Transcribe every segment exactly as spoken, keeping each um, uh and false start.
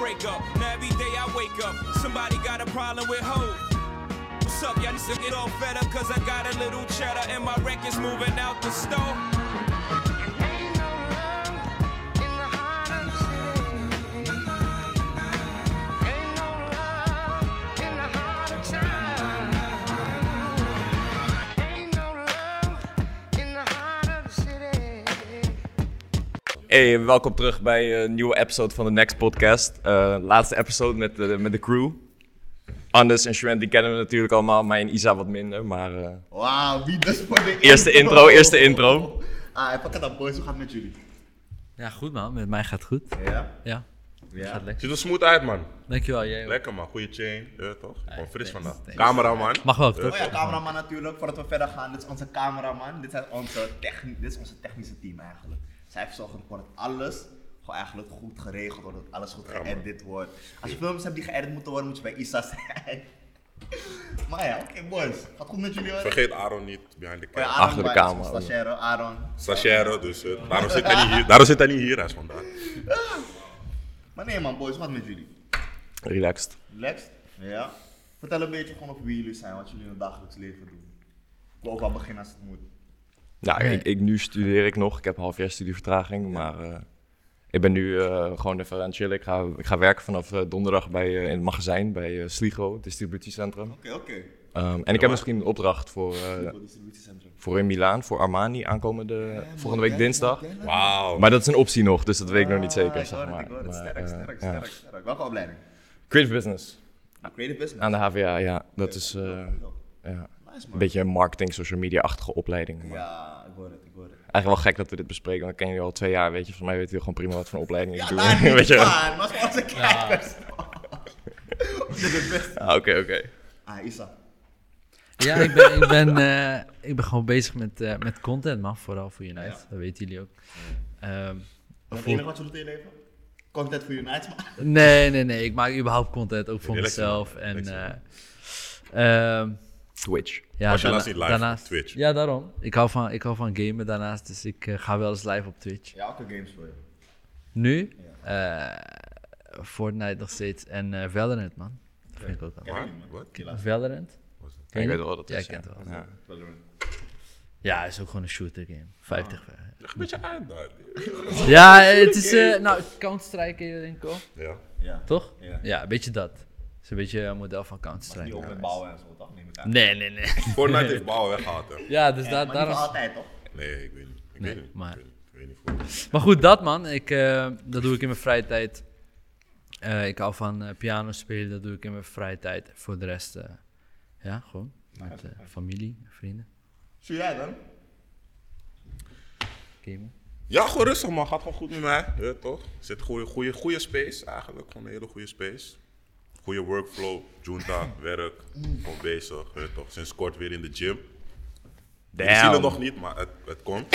break up. Now every day I wake up, somebody got a problem with hope. What's up, y'all need to get all fed up, cause I got a little cheddar and my record's moving out the store. Hey, welkom terug bij een nieuwe episode van de Next Podcast. Uh, laatste episode met de, met de crew. Anders en Shwent, die kennen we natuurlijk allemaal, mij en Isa wat minder, maar... Uh... Wauw, wie dus voor de Eerste intro, intro eerste intro. Ah, pak het dan boys, hoe gaat het met jullie? Ja, goed man, met mij gaat het goed. Ja? Ja, Ja. gaat lekker. Ziet er smooth uit, man. Dankjewel, jij ook. Lekker, man. Goeie chain. Ja, toch? Gewoon fris thanks, vandaag. thanks. Cameraman. Mag wel, Ja, toch? Oh ja, cameraman natuurlijk. Voordat we verder gaan, dit is onze cameraman. Dit, zijn onze techni- dit is onze technische team eigenlijk. Zij heeft zorgen ervoor dat alles gewoon eigenlijk goed geregeld wordt, dat alles goed Ja, geëdit wordt. Als je films hebt die geëdit moeten worden, moet je bij Isa zijn. Maar ja, oké okay, boys. Gaat goed met jullie hoor? Vergeet Aaron niet behind the Oh ja, camera. Aaron Achter de bij- camera. Stagiaire, Aaron. Stagiaire, dus uh, daarom, zit hij niet hier. daarom zit hij niet hier, hij is vandaag. Maar nee man boys, wat met jullie? Relaxed. Relaxed? Ja. Vertel een beetje gewoon over wie jullie zijn, wat jullie in het dagelijks leven doen. Ik wil ook wel beginnen als het moet. Nou, Nee. ik, ik, nu studeer ik nog. Ik heb een half jaar studievertraging, maar uh, ik ben nu uh, gewoon even aan het chillen. Ik ga, ik ga werken vanaf uh, donderdag bij, uh, in het magazijn bij uh, Sligo, het distributiecentrum. Oké, oké. Um, en ik heb misschien een opdracht voor, uh, Sligo distributiecentrum. voor in Milaan, voor Armani, aankomende volgende week dinsdag. Wauw. Maar dat is een optie nog, dus dat weet ik nog niet zeker, Ah, ik zeg hoor het, maar. ik hoor het. Maar, Sterk, uh, sterk, ja. sterk, sterk. Welke opleiding? Creative Business, Creative Business. aan de H V A, ja. Dat is uh, ja, Nice een man. beetje een marketing, social media-achtige opleiding. Maar Ja, ik hoor het, ik hoor het. eigenlijk wel gek dat we dit bespreken, want ik ken jullie al twee jaar, weet je. Volgens mij weten jullie gewoon prima wat voor een opleiding ik Ja, doe. daar weet niet je? van, maar voor onze kijkers. Dit is het beste. Ah, Oké, oké. Ah, Isa. Ja, ik ben, ik ben, uh, ik ben gewoon bezig met, uh, met content man, vooral voor Unite. Ja. Dat weten jullie ook. Um, Wat het voor- enige wat je doet in je leven? Content voor United, man. Nee, nee, nee. Ik maak überhaupt content, ook voor Relax, mezelf. man. En, Relax, uh, um, Twitch. ja, Was je daarna- laatst niet live daarnaast, op Twitch? Ja, daarom. Ik hou van, ik hou van gamen daarnaast, dus ik uh, ga wel eens live op Twitch. Ja, welke games voor je? Nu, uh, Fortnite nog steeds en uh, Valorant, man. Dat vind ik ook wel. Waar? Wat? Valorant? Ik weet wel wat het Jij is. kent het wel. Ja. Ja, het is ook gewoon een shooter game. vijftig. Leg een beetje uit daar. Ja, het is, uh, nou, Counter-Strike ken je denk ik wel. Ja. Ja. Toch? Ja. Ja, een beetje dat. Het is een beetje een model van Die Counter-Strike. ook met bouwen en zo, toch? Neem ik aan. Nee, nee, nee. Fortnite heeft bouwen weggehaald, hè? Ja, dus Ja, daar, maar niet voor daarom... altijd, toch? Nee, ik weet niet. Ik Nee, weet niet. maar- Ik weet niet. Ik weet niet voor. Maar goed, dat man. Ik, uh, dat doe ik in mijn vrije tijd. Uh, ik hou van uh, piano spelen, dat doe ik in mijn vrije tijd. Voor de rest, uh, ja, gewoon. Met uh, familie, vrienden. Zie jij dan? Gamen. Ja, gewoon rustig, man. Gaat gewoon goed met mij. Ja, toch? Zit goede, goede, goede space eigenlijk. Gewoon een hele goede space. Goede workflow. Junta, werk. Gewoon bezig. Ja, toch? Sinds kort weer in de gym. We zien het nog niet, maar het, het komt.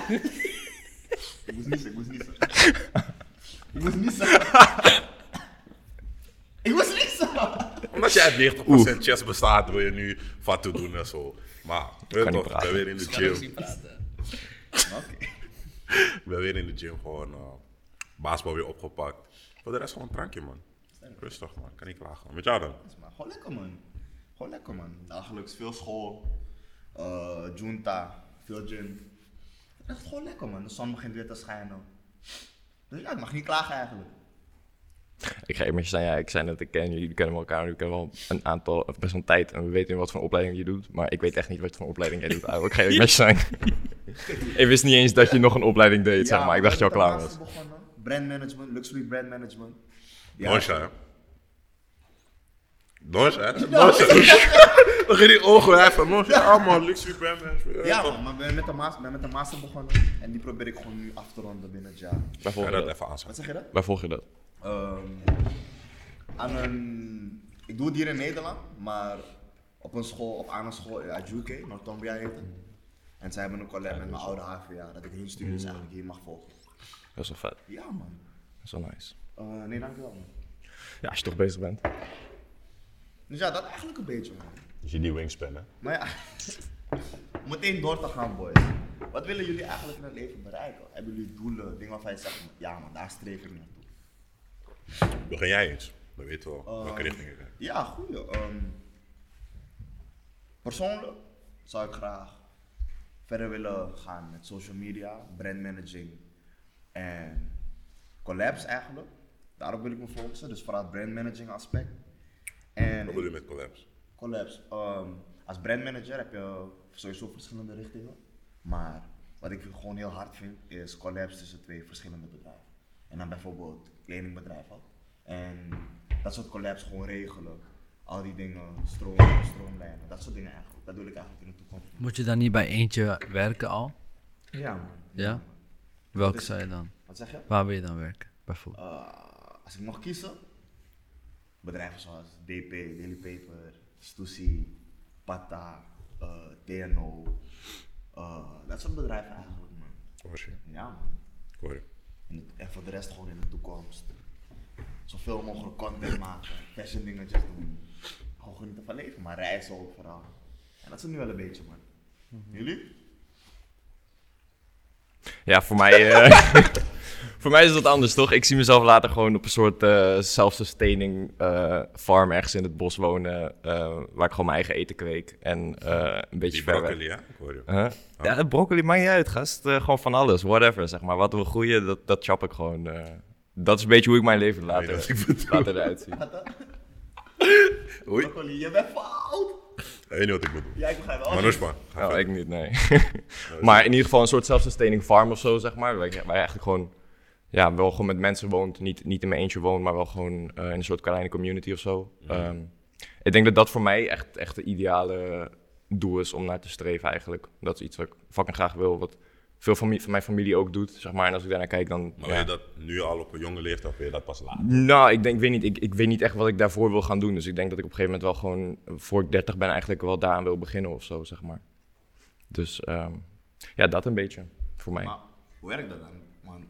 Ik moest niet zeggen, ik moest niet zeggen. Ik moest niet zeggen. Ik moest niet zeggen. Omdat jij uit negentig procent chest bestaat, wil je nu fatu doen en zo. Maar, weet Kan je niet toch, ik praten. ben weer in de gym. Oké. Ik ben weer in de gym gewoon uh, basketbal weer opgepakt. Voor de rest gewoon een drankje, man. Rustig, man. Kan niet klagen. Met jou dan? Maar gewoon lekker, man. Gewoon lekker, man. Dagelijks veel school. Uh, junta. Veel gym. Echt gewoon lekker, man. De zon begint weer te schijnen. Dus ja, ik mag niet klagen eigenlijk. Ik ga even zijn, ja, ik zei net, ik ken jullie, kennen elkaar, jullie kennen wel een aantal, of best wel een tijd en we weten wat voor opleiding je doet, maar ik weet echt niet wat voor opleiding jij doet eigenlijk. Ik ga even met je zijn. Ik wist niet eens dat je nog een opleiding deed, zeg maar. Ik dacht je al klaar was. Begonnen. Brandmanagement, luxury brandmanagement. Noosja, hè? Noosja, hè? Noosja. Dan ging die ogen wijven. Noosja, allemaal luxury brand management. Ja, toch? man, maar ik ben met, de master, ben met de master begonnen en die probeer ik gewoon nu af te ronden binnen het jaar. Waar volg Ga je dat dat? even Wat aanzetten. zeg je dat? Waar volg je dat? Um, aan een, ik doe het hier in Nederland, maar op een school, op aan een school in Ajuke, Northumbria heet het. En zij hebben een collab met mijn oude H V A, dat ik hun studies eigenlijk hier mag volgen. Dat is wel vet. Ja, man. Dat is wel nice. Uh, nee, dankjewel, man. Ja, als je toch bezig bent. Dus ja, dat eigenlijk een beetje, man. Dus je die wingspan, hè? Maar ja, om meteen door te gaan, boys. Wat willen jullie eigenlijk in het leven bereiken? Hebben jullie doelen, dingen waarvan je zegt, ja man, daar streef ik naartoe? Begin jij eens? Dan weten we wel welke Ehm, richting je gaat. Ja, goeie. Ehm, persoonlijk zou ik graag verder willen gaan met social media, brandmanaging en collabs eigenlijk. Daarop wil ik me focussen, dus vooral het brandmanaging aspect. En Wat bedoel je met collabs? collabs. ehm, als brandmanager heb je sowieso verschillende richtingen. Maar wat ik gewoon heel hard vind, is collabs tussen twee verschillende bedrijven. En dan bijvoorbeeld kledingbedrijf had. En dat soort collabs gewoon regelen. Al die dingen, stroom, stroomlijnen, dat soort dingen eigenlijk. Dat wil ik eigenlijk in de toekomst doen. Moet je dan niet bij eentje werken al? Ja man. Ja? Welke is- zou je dan? Wat zeg je? Waar wil je dan werken, bijvoorbeeld? Uh, als ik mag kiezen, bedrijven zoals D P, Daily Paper, Stussy, Pata, uh, T N O, uh, dat soort bedrijven eigenlijk man. Hoor je? Ja man. Hoor je? En, het- en voor de rest gewoon in de toekomst. Zoveel mogelijk content maken, fashion dingetjes doen. Gewoon genieten van leven, maar reizen ook vooral. En dat is het nu wel een beetje man. Jullie? Ja, voor mij, eh, voor mij is dat anders, toch? Ik zie mezelf later gewoon op een soort eh self-sustaining eh, farm ergens in het bos wonen, eh, waar ik gewoon mijn eigen eten kweek en eh, een beetje Die ver weg. broccoli, hè? Ik hoor je. Huh? Ja, het broccoli maakt niet uit, gast. Eh, gewoon van alles, whatever, zeg maar. Wat wil groeien, dat, dat chap ik gewoon. eh. Dat is een beetje hoe ik mijn leven Weet je later, wat ik bedoel? later eruit zie. Oei. Broccoli, je bent fout! Ik weet niet wat ik bedoel. Ja, ik begrijp wel. Maar Noshma, ga Oh, verder. ik niet, nee. Maar in ieder geval een soort self-sustaining farm of zo, zeg maar. Waar je, waar je eigenlijk gewoon, ja, wel gewoon met mensen woont. Niet, niet in mijn eentje woont, maar wel gewoon eh, in een soort kleine community of zo. Ehm, ik denk dat dat voor mij echt, echt de ideale doel is om naar te streven eigenlijk. Dat is iets wat ik fucking graag wil, wat veel van, van mijn familie ook doet, zeg maar. En als ik daarnaar kijk, dan... Maar ja. wil je dat nu al op een jonge leeftijd of wil je dat pas later? Nou, ik denk, ik weet niet, ik, ik weet niet echt wat ik daarvoor wil gaan doen. Dus ik denk dat ik op een gegeven moment wel gewoon, voor ik dertig ben, eigenlijk wel daaraan wil beginnen of zo, zeg maar. Dus ehm, ja, dat een beetje voor mij. Maar hoe werkt dat dan? Man,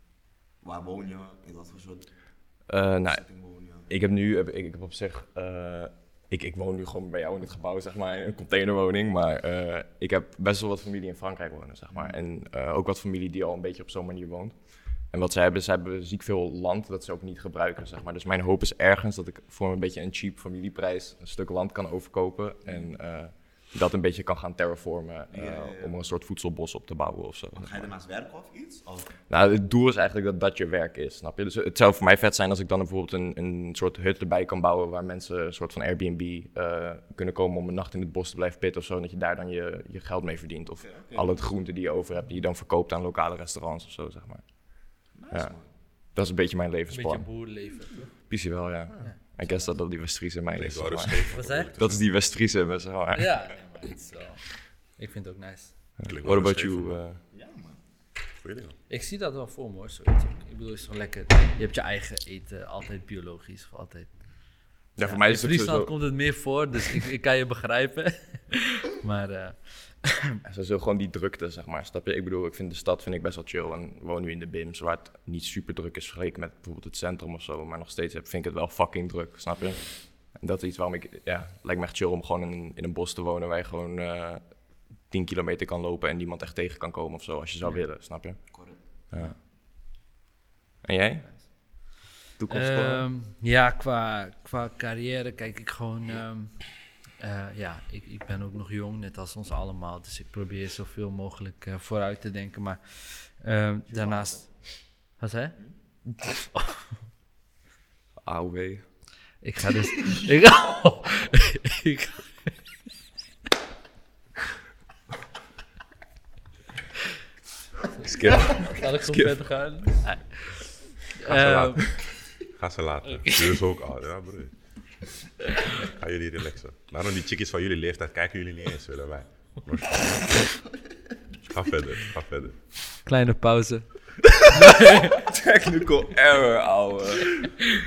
waar woon je? In wat voor soort Eh, nou, setting woon je? ik heb nu, ik, ik heb op zich, eh, ik, ik woon nu gewoon bij jou in het gebouw, zeg maar, in een containerwoning. Maar eh, ik heb best wel wat familie in Frankrijk wonen, zeg maar. En eh, ook wat familie die al een beetje op zo'n manier woont. En wat zij hebben, ze hebben ziek veel land dat ze ook niet gebruiken, zeg maar. Dus mijn hoop is ergens dat ik voor een beetje een cheap familieprijs een stuk land kan overkopen. En eh, dat een beetje kan gaan terraformen eh, Ja, ja, ja. om er een soort voedselbos op te bouwen of zo. Ga je daarnaast werken of iets? Of? Nou, het doel is eigenlijk dat dat je werk is, snap je? Dus het zou voor mij vet zijn als ik dan bijvoorbeeld een, een soort hut erbij kan bouwen waar mensen een soort van Airbnb eh, kunnen komen om een nacht in het bos te blijven pitten of zo. En dat je daar dan je, je geld mee verdient. Of Oké, oké. al het groente die je over hebt, die je dan verkoopt aan lokale restaurants of zo, zeg maar. Nice, Ja. man. Dat is een beetje mijn Een beetje levensplan. boerleven. Pissie wel, ja. Ik guess dat dat die West-Friese in mij Ik is, wou zeg er maar. scheef. Wat zei je? Dat is die West-Friese, maar zeg maar. Ja, nee, maar het is wel... Ik vind het ook nice. Klinkt What wel about scheef, you? man. eh? Ja, man. Goeie dingen. Ik zie dat wel voor me hoor, zoiets ook. Ik bedoel, het is toch lekker. Je hebt je eigen eten, altijd biologisch of altijd... Ja, voor mij is in het Friesland sowieso, komt het meer voor, dus ik, ik kan je begrijpen. maar eh, sowieso gewoon die drukte, zeg maar. Snap je? Ik bedoel, ik vind de stad vind ik best wel chill. En ik woon nu in de B I M's, waar het niet super druk is vergeleken met bijvoorbeeld het centrum of zo. Maar nog steeds heb, vind ik het wel fucking druk, snap je? En dat is iets waarom ik, ja, lijkt me echt chill om gewoon in, in een bos te wonen waar je gewoon eh tien kilometer kan lopen en niemand echt tegen kan komen of zo, als je zou willen, snap je? Correct. Ja. En jij? Toekomstplannen? ehm, ja, qua, qua carrière kijk ik gewoon... ehm, eh, ja, ik, ik ben ook nog jong, net als ons allemaal. Dus ik probeer zoveel mogelijk eh, vooruit te denken. Maar ehm, daarnaast... Wat zei je? A O W. Ik ga dus... ik, ik, Skip. Zal ik gewoon verder gaan? Ga ze Ehm, laten. Ga ze laten. Jullie is ook al, ja broer. Ga jullie relaxen. Daarom die chickies van jullie leeftijd kijken jullie niet eens, willen wij. Ga verder, ga verder. kleine pauze. Technical error, ouwe.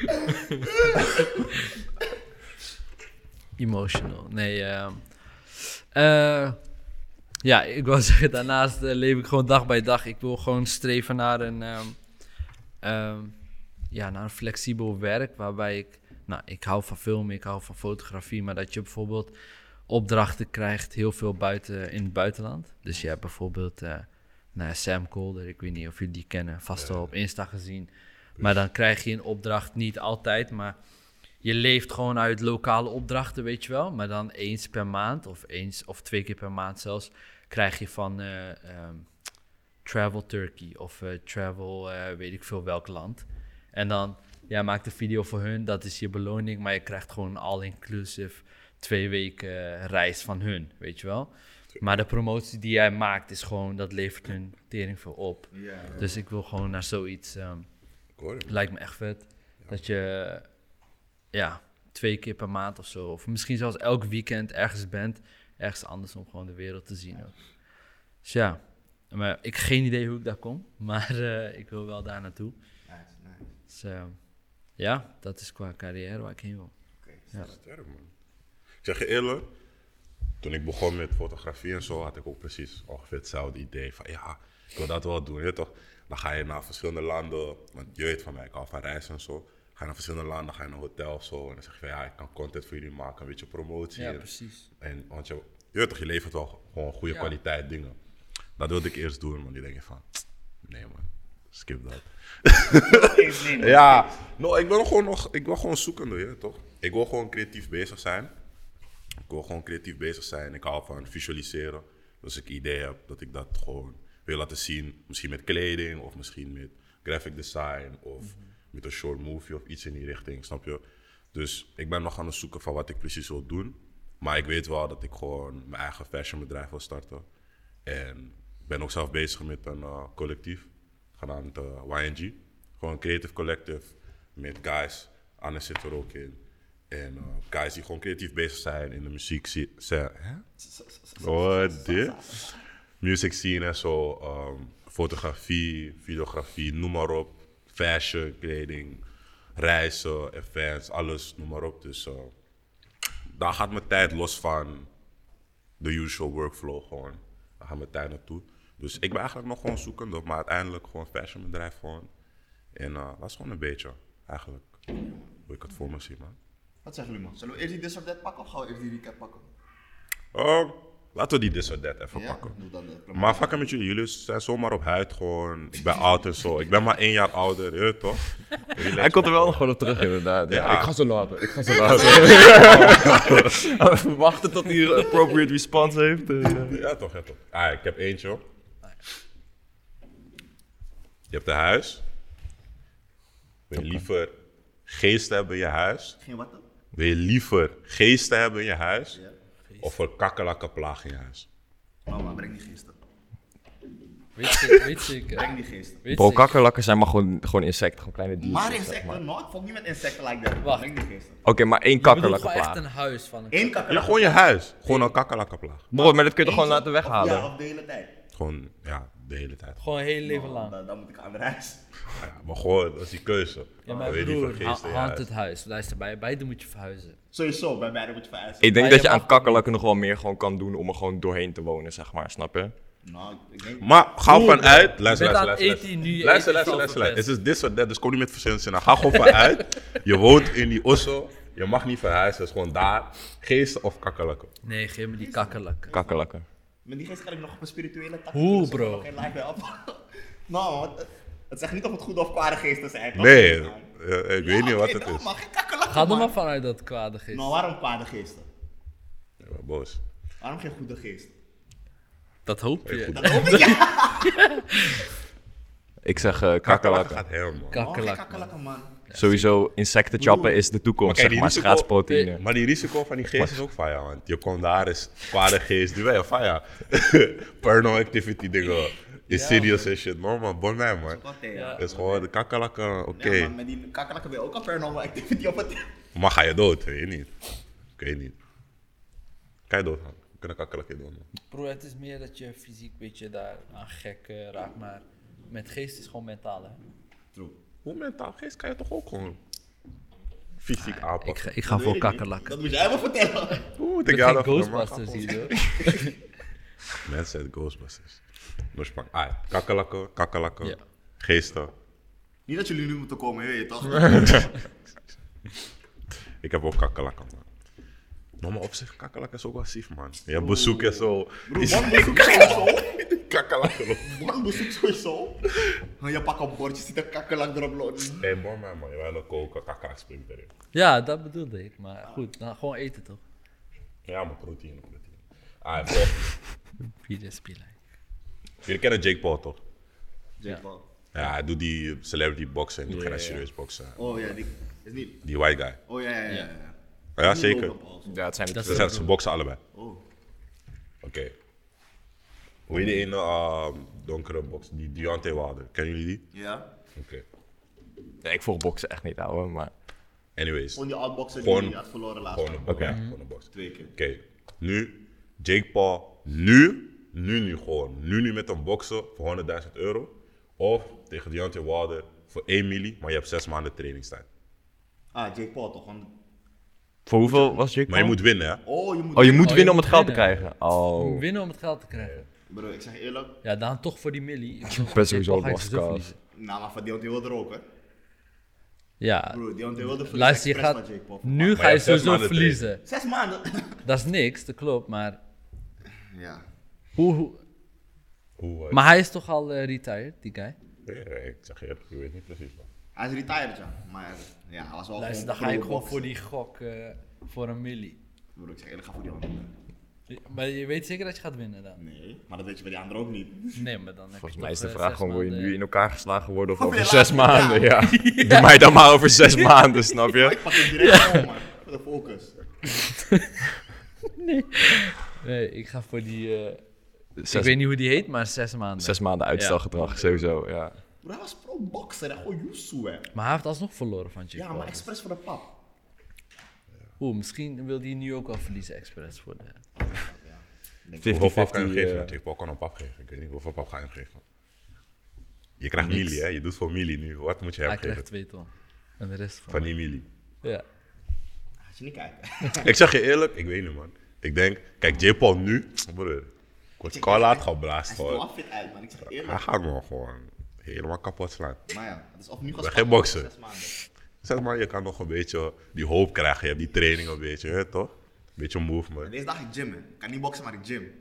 Emotional. Nee, ehm eh, ja, ik wil zeggen, daarnaast eh, leef ik gewoon dag bij dag. Ik wil gewoon streven naar een, ehm, ehm, ja, naar een flexibel werk waarbij ik, nou, ik hou van filmen, ik hou van fotografie, maar dat je bijvoorbeeld opdrachten krijgt, heel veel buiten in het buitenland. Dus je hebt bijvoorbeeld, eh, nou ja, Sam Kolder, ik weet niet of jullie die kennen, vast wel op Insta gezien. Maar dan krijg je een opdracht niet altijd, maar je leeft gewoon uit lokale opdrachten, weet je wel. Maar dan eens per maand of eens of twee keer per maand zelfs krijg je van uh, um, Travel Turkey of uh, Travel uh, weet ik veel welk land. En dan ja, maak de video voor hun, dat is je beloning, maar je krijgt gewoon een all-inclusive twee weken uh, reis van hun, weet je wel. Maar de promotie die jij maakt is gewoon, dat levert hun tering veel op. Ja, ja. Dus ik wil gewoon naar zoiets, um, Ik hoor het. lijkt me echt vet. Ja. Dat je, ja, twee keer per maand of zo, of misschien zelfs elk weekend ergens bent, ergens anders om gewoon de wereld te zien ook. Dus ja, maar ik heb geen idee hoe ik daar kom, maar uh, ik wil wel daar naartoe. Nice, nice. Dus uh, ja, dat is qua carrière waar ik heen wil. Oké, Ja. Sterk, man. Ik zeg je eerlijk, toen ik begon met fotografie en zo, had ik ook precies ongeveer hetzelfde idee van ja, ik wil dat wel doen, je weet toch? Dan ga je naar verschillende landen, want je weet van mij, ik hou van reizen en zo. Ga je naar verschillende landen, ga je naar een hotel of zo en dan zeg je van ja, ik kan content voor jullie maken, een beetje promotie. Ja, en, precies. en want je, je weet toch, je levert wel gewoon goede Ja. kwaliteit dingen. Dat wilde ik eerst doen, maar die denk je van, nee man, skip dat. nee, nee. Ja, no, ik wil gewoon nog, ik wil gewoon zoekende, je weet toch? Ik wil gewoon creatief bezig zijn. Ik wil gewoon creatief bezig zijn. Ik hou van visualiseren. Dus als ik idee heb dat ik dat gewoon wil laten zien. Misschien met kleding of misschien met graphic design of mm-hmm. met een short movie of iets in die richting, snap je? Dus ik ben nog aan het zoeken van wat ik precies wil doen. Maar ik weet wel dat ik gewoon mijn eigen fashionbedrijf wil starten. En ik ben ook zelf bezig met een uh, collectief genaamd uh, Y N G. Gewoon een creative collective met guys. Anne zit er ook in. En uh, guys die gewoon creatief bezig zijn in de muziek scene. Hè? Wat dit? Music scene en zo. Um, fotografie, videografie, noem maar op. Fashion, kleding, reizen, events, alles, noem maar op. Dus uh, daar gaat mijn tijd los van de usual workflow gewoon. Daar gaat mijn tijd naartoe. Dus ik ben eigenlijk nog gewoon zoekende, maar uiteindelijk gewoon een fashionbedrijf gewoon. En uh, dat is gewoon een beetje, eigenlijk, hoe ik het voor me zie, man. Wat zeggen jullie, man? Zullen we eerst die This or That pakken of gaan we eerst die recap pakken? Uh, laten we die This or That even Ja, pakken. doe dan de Maar fucken met jullie, jullie zijn zomaar op huid gewoon. Ik ben oud en zo. Ik ben maar één jaar ouder, je weet toch? Relax, Hij komt er wel man. nog gewoon op terug, inderdaad. Ja, Ja. ik ga zo laten, ik ga zo laten. We wachten tot hij een appropriate response heeft. en, eh. Ja toch, ja toch. Ah, ik heb eentje. Je hebt een huis. Wil je liever geesten hebben in je huis? Geen wat dan? Wil je liever geesten hebben in je huis? Ja. Of een kakkelakkenplaag in je huis? Mama, breng die geesten. Weet je, weet zeker. Breng die geesten. Weet Bro, zeker. kakkerlakken zijn maar gewoon, gewoon insecten, gewoon kleine diertjes. Maar zeg insecten, maar. no, ik fok niet met insecten like that. Wacht. Breng die geesten. Oké, maar één Je bedoelt gewoon kakkerlakkenplaag. echt een huis van een Eén Ja, kakkerlak. gewoon je huis. Gewoon een kakkelakkenplaag. Bro, maar dat kun je toch gewoon Eentje laten of- weghalen? Ja, of de hele tijd. Gewoon, ja, de hele tijd. Gewoon een hele leven Oh, lang. Dan, dan moet ik aan de reis. Ja, maar gewoon, dat is die keuze. Ja, Dan mijn wil je liever broer, geesten in je ha- huis. haunted huis. Luister, bij beide moet je verhuizen. Sowieso, bij mij moet je vereisen. Ik denk Maar dat je je aan mag- kakkerlakken nog wel meer gewoon kan doen om er gewoon doorheen te wonen, zeg maar, snap je? Nou, ik denk... Maar ga Broer, vanuit. je Luister, bent aan luister, het luister. eten, nu je Luister, eten luister, is al luister. Het verpest. is dit soort dat, dus kom niet met verzinnen. Ga gewoon vanuit. Je woont in die osso. Je mag niet verhuizen. Het is gewoon daar. Geesten of kakkerlakken. Nee, geef me die kakkerlakken. Kakkerlakken. Met die geest ga ik nog op een spirituele tak. Hoe, dus ik bro? nog geen live op. Nou, want het, het zegt niet of het goed of kwade geesten zijn. toch? Nee, Nou, eh, ik ja, weet niet wat oké, het dan, is. Maar geen kakkerlakken, Ga er man. maar vanuit dat het kwade is. Nou, waarom kwade geesten? Ik ben boos. Waarom geen goede geesten? Dat hoop Hey, je. goed. Dat hoop ik, ja. Ik zeg eh, Kakkerlakken kakkerlakken. gaat helemaal. Oh, geen Kakkerlak. kakkerlakken, man. Sowieso, insecten choppen is de Maar toekomst, kijk, zeg die maar, risico- schaatsproteïne. Maar die risico van die geest is ook van ja, want je komt daar is kwade geest, die ben je van ja. Paranormal activity dingen. Is serious en shit. No man, bon mij man. Wat, hè, Ja. ja. Het is gewoon de kakkerlakken, oké. Ja, maar met die kakkerlakken ben je ook al paranormal activity op het... Maar ga je dood, weet je niet. Ik weet niet. Kan je dood gaan? We kunnen kakkerlakken dood man. Bro, het is meer dat je fysiek weet je daar aan gek eh, raakt, maar met geest is gewoon mentaal, hè. True. Hoe mentaal geest kan je toch ook gewoon fysiek Ik aanpakken? ga, ik ga Dat voor weet ik niet. kakkerlakken. Dat moet jij me vertellen. Hoe moet Ik ik ben jou geen dat Ghostbusters hier, hoor. Mensen uit Ghostbusters. Noorsprong. Ah, kakkerlakken, kakkerlakken, Ja. geesten. Niet dat jullie nu moeten komen, weet je toch? Ik heb ook kakkerlakken, man. Nou, maar op zich, kakkerlakken is ook wel sief, man. Je bezoek en zo. Broer, Is- man, bezoek sowieso. kakkelak erop. Man, moest ik sowieso. Je pakt een bordje, ziet een kakkelak erop lopen. Hé, hey, bon man, man. Je wil nog koken, kakkelak springt erin. Ja, dat bedoelde ik. Maar goed, dan gewoon eten toch? Ja, maar proteïne, proteïne. Ah, volgende. P S P like. Jullie kennen Jake Paul, toch? Jake Paul. Ja, hij doet die celebrity boxen en doet Ja, geen ja. serieus boksen. Oh ja, die is niet. Die white guy. Oh ja, ja, ja. ja. Ja, Die zeker. Logan Paul. Ja, het zijn de Dat Ze, is- zijn- ze boksen allebei. Oh. Oké. Okay. Hoe heet die ene uh, donkere box? Die Deontay Wilder. Kennen jullie die? Ja. Oké. Ja, ik volg boksen echt niet, ouwe, maar... Anyways. Gewoon die outboxer Gewoon- die had verloren laatst. Gewoon een box. Oké. Ja, gewoon een box. Twee keer. Oké. Nu, Jake Paul, nu, nu, nu gewoon. Nu, nu met een boksen voor honderdduizend euro. Of tegen Deontay Wilder voor één milli, maar je hebt zes maanden trainingstijd. Ah, Jake Paul toch? Want... Voor hoeveel was Jake Maar je Paul? moet winnen, hè? Oh, je moet. Oh, je moet je winnen om moet het geld te winnen. krijgen. Je Oh. moet winnen om het geld te krijgen. Bro, ik zeg eerlijk. Ja, dan toch voor die millie. Ik bedoel, ben sowieso Jake Paul ga je lost sowieso cause. verliezen. Nou, maar van Deontay Wilder ook, hè? Ja, Bro, Deontay Wilder verliest luister, je expres gaat... van Jake Paul. Nu je ga je hebt zes sowieso maanden verliezen. Zes maanden. Dat is niks, dat klopt, maar... Ja. Hoe, hoe... Hoe, uh, Maar hij is toch al eh, retired, die guy? ja, ik zeg je eerlijk, je weet niet precies wat. Hij is retired, ja. Maar ja, hij was wel Luister, dan gewoon ga ik gewoon pro-boxer. voor die gok eh, voor een millie. Bro, ik zeg eerlijk, ga voor die andere. Maar je weet zeker dat je gaat winnen dan? Nee, maar dat weet je bij die andere ook niet. Nee, maar dan heb Volgens je mij is toch, de eh, vraag zes gewoon, wil je maanden- nu in elkaar geslagen worden of Of over je zes laat- maanden? ja. Ja. Doe mij dan maar over zes maanden, snap je? Ik pak hem direct gewoon, man. Voor de focus. Nee, ik ga voor die... eh, Zes, ik weet niet hoe die heet, maar zes maanden. zes maanden uitstelgedrag, sowieso, ja. Bro, hij was pro-boxer, hè. Gewoon Yusu, hè. Maar hij heeft alsnog verloren van Jake Ja, Paul. maar expres voor de pap. Oeh, misschien wil hij nu ook wel verliezen expres voor de... Hoeveel pap kan je hem vijftig geven? vijftig. Jake Paul kan een pap geven. Ik weet niet hoeveel pap ga je hem geven. Je krijgt milli, hè? Je doet voor milli nu. Wat moet je hem Hij geven? krijgt twee ton. En de rest van... Van die milli. Ja. Ga je niet kijken. Ik zeg je eerlijk, ik weet niet, man. Ik denk, kijk, Jake Paul nu, broer, ik word kal laat geblaast, Hij ziet er hoor. wel fit uit, man. Ik zeg Hij eerlijk. gaat me gewoon helemaal kapot slaan. Maar ja, het is of nu ben gaan geen spannen, bokser. of zes maanden. Zeg maar, je kan nog een beetje die hoop krijgen. Je hebt die training een beetje, hè, toch? Een beetje En movement. deze dag ik gym, hè. Ik kan niet boksen, maar ik gym.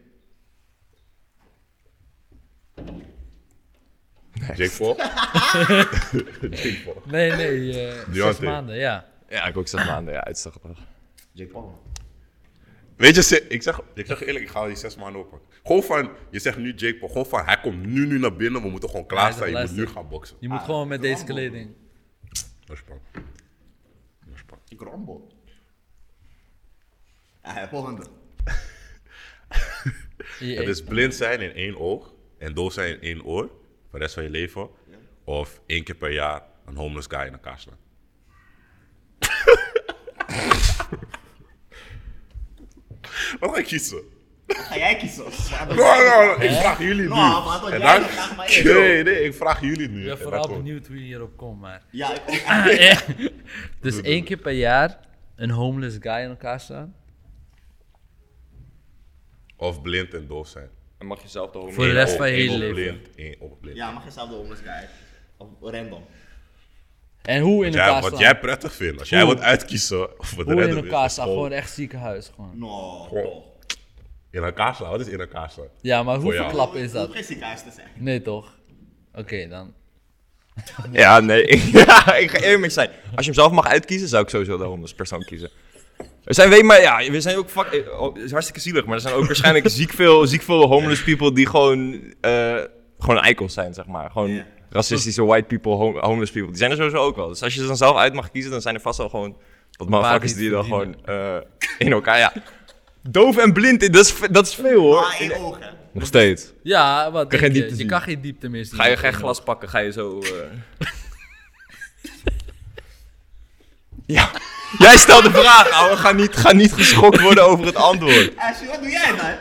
Jake Paul? Jake Paul. Nee, nee, eh zes Deontay. maanden, ja. Ja, ik ook zes maanden, ja, uitstelgedrag. Jake Paul. Weet je, se- ik zeg, ik zeg eerlijk, ik ga die zes maanden oppakken. Gewoon van, je zegt nu Jake Paul, gewoon van, hij komt nu, nu naar binnen, we moeten gewoon klaar Hij staan, je zegt, moet nu luister. gaan boksen. Je moet Ah, gewoon met deze Rambo. kleding. Dat is spannend. Dat is spannend. Ik rumble. Ja, volgende. Je- Het is blind zijn in één oog en doof zijn in één oor, voor de rest van je leven. Of één keer per jaar een homeless guy in elkaar slaan. Wat ga ik kiezen? Ga jij kiezen? No, no, no, ik vraag jullie nu. No, maar dan En jij dan- dan vraag maar eerst. Nee, nee, ik vraag jullie nu. Ik ben En vooral dan komt- benieuwd hoe je hierop komt, maar... Ja, ik ook. Eh, dus één keer per jaar een homeless guy in elkaar slaan? Of blind en doof zijn. Dan mag je zelf de Voor de Eén rest oog- van je één hele oog leven. blind, één oog blind. Ja, mag je zelf de homeless guy. Of random. En hoe in Jij- elkaar wat slaan? jij prettig vindt. Als jij Hoe? wilt uitkiezen of het Hoe in redden is, elkaar is slaan? gewoon Gewoon echt ziekenhuis gewoon. No, Gewoon- toch. in elkaar slaan. Wat is in elkaar slaan? Ja, maar hoeveel jou. klappen is Je hoeft dat? geen ziekenhuis te zijn. Nee toch? Oké, dan... Ja, nee, ik, ja, ik ga eerlijk met je zijn. Als je hem zelf mag uitkiezen, zou ik sowieso de homeless persoon kiezen. Er zijn, weet je, maar ja, we zijn ook fuck, eh, oh, het is hartstikke zielig, maar er zijn ook waarschijnlijk ziek veel, ziek veel homeless people die gewoon, eh, gewoon eikels zijn, zeg maar. Gewoon Ja. racistische white people, home- homeless people. Die zijn er sowieso ook wel. Dus als je ze dan zelf uit mag kiezen, dan zijn er vast wel gewoon wat motherfuckers die die dan het gewoon eh, in elkaar, ja. Doof en blind, dat is, ve- dat is veel hoor. Maar één oog, hè. Nog steeds. Ja, wat Kan denk geen je? diepte Je zien. kan geen diepte meer zien. Ga je geen glas pakken, ga je zo... eh. Ja. Jij stelt de vraag, ouwe. Ga niet, ga niet geschokt worden over het antwoord. Ashley, wat doe jij dan?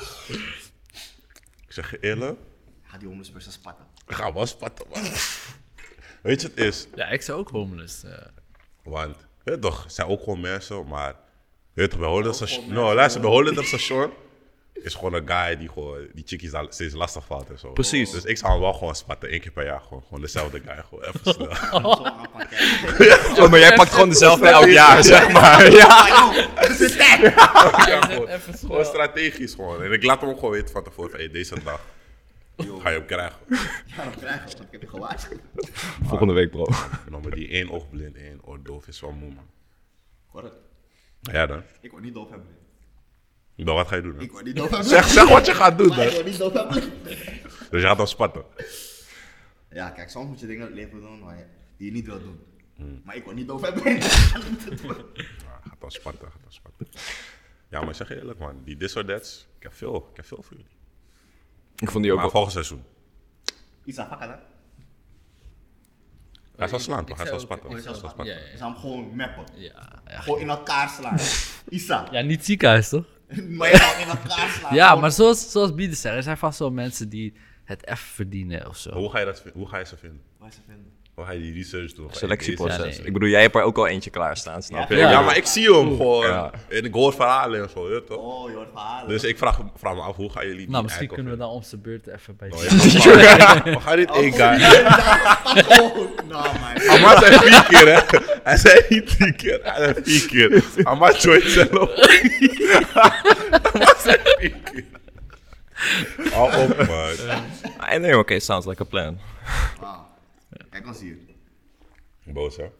Ik zeg je eerlijk, Ga die homeless person spatten. ik ga wel spatten, man. Weet je, het is, Ja, ik zou ook homeless. eh. want, weet je toch, het zijn ook gewoon mensen, maar, weet je toch, bij Holland Station, no, luister, bij Holland Station is gewoon een guy die gewoon, die chickies al steeds lastig valt en zo. Precies. Dus ik zou hem wel gewoon spatten, één keer per jaar, gewoon, gewoon dezelfde guy, gewoon even snel. Zo aanpakken. Oh, maar jij pakt gewoon dezelfde elk jaar, zeg maar. Ja. Ah, joh, het is een tijd. Ja, gewoon, even snel. gewoon strategisch gewoon. En ik laat hem ook gewoon weten van tevoren, van, hey, deze dag Yo. Ga je hem krijgen. Ja, dat krijg ik, want ik heb je gewaarschuwd. Volgende week, bro. Nou, maar die één oog blind, één oor doof is wel moe, man. Correct. Ja, dan. Ik word niet doof hebben. Dan wat ga je doen, dan? Ik word niet doof hebben. Zeg, zeg wat je gaat doen, Maar ik dan. word niet doof hebben. Dus je gaat dan spatten. Ja, kijk, soms moet je dingen in het leven doen maar je- die je niet wilt doen. Hmm. Maar ik word niet doof hebben. Ja, gaat dan spatten, gaat dan spatten. Ja, maar ik zeg je eerlijk, man. Die This or That's, ik heb veel, ik heb veel voor jullie. Ik vond die ook Maar wel... volgend seizoen. Isa, fuck hè? Hij zal slaan, ik toch? Hij zei zal ook- spatten. ik Hij zei zal ook- spatten. Ja, ja. Ze gaan hem gewoon mappen. Ja, ja. Gewoon in elkaar slaan. Isa. Ja, niet ziekenhuis, toch? Maar je gaat hem in elkaar slaan. Ja, Gewoon- maar zoals, zoals Bieden zegt, er zijn vast wel mensen die het even verdienen of zo. Hoe ga je, dat, vi- hoe ga je ze vinden? Waar is ze vinden? Hoe ga je die research doen? Ga je Selectieproces. Ja, nee. Ik bedoel, jij hebt er ook al eentje klaarstaan, snap je? deze- Ja, Ja. maar ik zie hem gewoon. Ja. En ik hoor verhalen en zo, je weet toch? Oh, je hoort verhalen. Dus ik vraag, vraag me af, hoe gaan jullie die Nou, misschien eikel kunnen we vinden? dan om zijn beurt even bij Oh, zitten. ja. We gaan niet één guy. Oh, nou man. Ahmad zei vier keer, hè? Hij zei niet drie keer, hij zei vier keer. Ahmad joint zelf. Ahmad zei vier keer. Hou op, man. I think, okay, sounds like a plan. Wauw. Kijk ons hier. Boos, hè?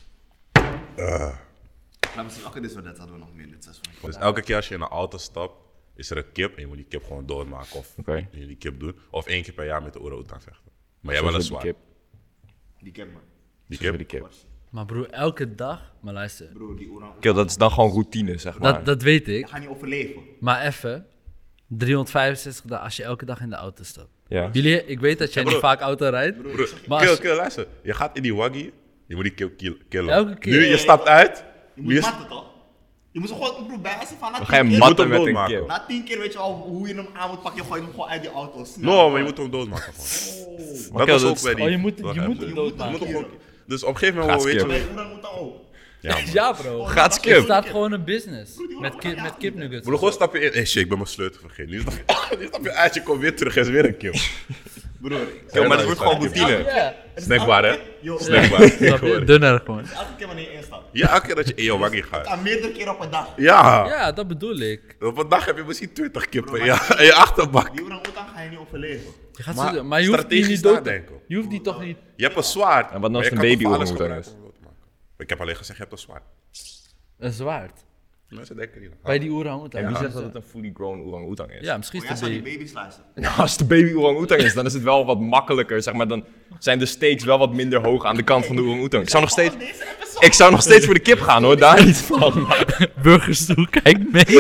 Maar misschien ook in dit soort net hadden we nog meer in dit seizoen. Dus elke keer als je in een auto stapt, is er een kip en je moet die kip gewoon doodmaken. Of Oké. je die kip doen. Of één keer per jaar met de orang-oetan vechten. Maar jij wel een Zoals zwaar. die kip. Die kip man. Die Zoals kip? die kip. Maar broer, elke dag, maar luister, Broer, die orang. Kill, dat is dan gewoon routine, zeg maar. dat, dat weet Je ik. gaat niet overleven. Maar even, driehonderdvijfenzestig dagen als je elke dag in de auto stapt. Ja. Jullie, ik weet dat jij niet broer. vaak auto rijdt, Broer, maar kill, als- kill, luister. Je gaat in die waggie, je moet die kip kill- killen. Elke keer. Nu, je stapt uit. Je nu moet is- matten toch? Je moet ze gewoon, broer, bij als je van na Dan ga je tien keer- matten hem met een doodmaken. kip. Na tien keer weet je al hoe je hem aan moet pakken, je gooit hem gewoon uit die auto. Snel. No, maar je moet hem doodmaken gewoon. Maar Dat kill, was dat ook is- bij die... Oh, je moet- je Wacht moet even. hem Je doodmaken. moet hem gewoon- Dus op een gegeven moment, Gaat weet je... skip. Bij orang moet dat ook. Ja, man. Ja bro, Gaat er skip. staat gewoon een business die met, horen kip, ja, met kipnuggets. Broer, gewoon stap je in. Hé, shit, ik ben mijn sleutel vergeten. Nu stap je, nu stap je uit, je komt weer terug, is weer een kip. Broer, Kill, maar dat wordt gewoon Kip. routine. Ja, Snackbaar, hè? Yo, Snackbaar. snap je? Dunner gewoon. elke keer wanneer je instapt. Ja, elke keer dat je in je waggie gaat. Aan meerdere keer op een dag. Ja. Ja, dat bedoel ik. Op een dag heb je misschien twintig kippen in je, in je achterbak. Die orang ga je niet overleven. Je gaat Maar zo, maar je hoeft die strategisch niet dood te... nadenken. Je hoeft die toch niet... Je hebt een zwaard. En wat maar als je het kan een toch voor baby alles orang-oetan gebruiken is? om dood te maken. Ik heb alleen gezegd, je hebt een zwaard. Een zwaard. Mensen denken niet. Bij die orang-oetan. En wie Ja, zegt dat het een fully grown orang-oetan is? ja, misschien Oh, is jij het zou die baby. baby's luisteren. Nou, als het de baby orang-oetan is, dan is het wel wat makkelijker, zeg maar. Dan zijn de stakes wel wat minder hoog aan de kant van de orang-oetan. Ik zou nog steeds... Deze episode. Ik zou nog steeds voor de kip gaan, hoor. Daar niet van. Maar... Burgerstoel, kijk mee.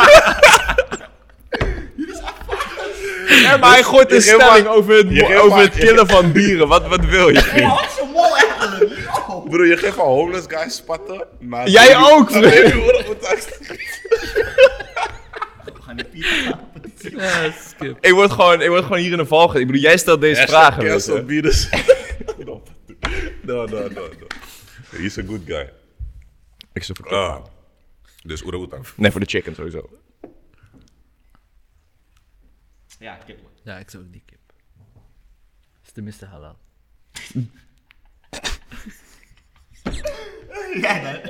Ja, maar hij gooit een Je geeft stelling maar- over het, je geeft over maar- het killen van dieren. Wat, wat wil je, Ja, vriend? wat is zo mol eigenlijk? Yo. Broer, je geeft een homeless guy spatten. maar- Jij ook, Dan vriend. weet je orang-oetan. We gaan die pizza. Ja, skip. Ik word, gewoon, ik word gewoon hier in de val gezet. Ik bedoel, jij stelt deze Hashtag vragen. weet cancel je. Beatles. No, no, no, no. He's a good guy. Ik zoek het Ah. Dus orang-oetan. Nee, voor de chicken sowieso. Ja, kip man. Ja, ik zou ook die kip. Is tenminste halal. Jij dan?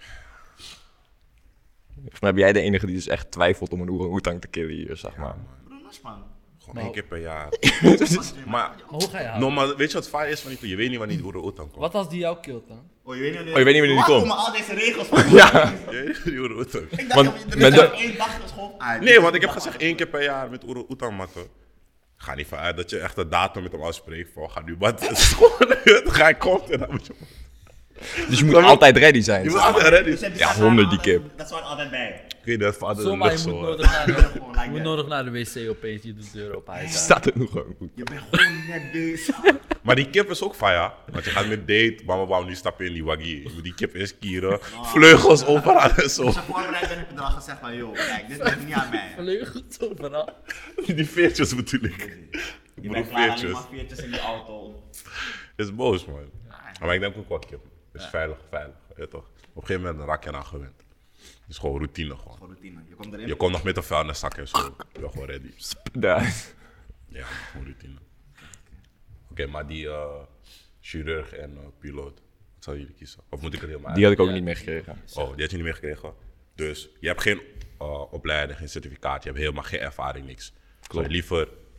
Volgens mij ben jij de enige die dus echt twijfelt om een orang-oetan te killen hier, zeg maar. Broer, dat is man. Gewoon één keer per jaar. maar, Maar hoe ga je halen? no, maar weet je wat fijn is van die? Je weet niet wanneer die orang-oetan komt. Wat als die jou killt dan? Oh, je weet niet wanneer Oh, je weet niet wanneer die Waar komt. komen al deze regels van? Ja. Je weet niet wanneer die orang-oetan. Ik dacht, Want er met is de- maar één dag dus gewoon uit. Nee, want ik heb gezegd één keer per jaar met orang-oetan matten. Ga niet vanuit dat je echt een datum met hem afspreekt van ga nu matten. Het is gewoon, ga je komt en dan moet je... Dus je moet altijd ready zijn. Je zeg moet maar. altijd ready Dus zijn. heb je Ja, dat honderd die altijd- kip. Dat is waar altijd bij. Ik weet dat vader de Zomaar, lucht je moet zo... nodig naar de, Gewoon like je moet that. nodig naar de wc opeens, je doet de deur op, hij is daar. Staat het nog gewoon goed? Je bent gewoon net bezig. Maar die kip is ook fire. Want je gaat met date, bam, bam, nu stap je in die waggie. Je moet die kip eens kieren, vleugels overal en zo. Als je voorbereid bent, heb je er al gezegd van, yo, kijk, dit ligt niet aan mij. Vleugels overal. Die veertjes bedoel ik. Je Broer, bent klaar, alleen veertjes. maar veertjes in die auto. Is boos, man. Maar ik denk ook wel kip. Het is veilig, veilig. Ja, toch? Op een gegeven moment raak je eraan gewend. Het is gewoon routine gewoon. Gewoon routine. Je komt erin. Je komt nog met een vuilniszak en zo. Je bent gewoon ready. Ja. Ja, gewoon routine. Oké, maar die uh, chirurg en uh, piloot, wat zouden jullie kiezen? Of moet ik het helemaal Die had ik ook Ja. niet meegekregen. Oh, die had je niet meegekregen? Dus je hebt geen uh, opleiding, geen certificaat, je hebt helemaal geen ervaring, niks. Zou je liever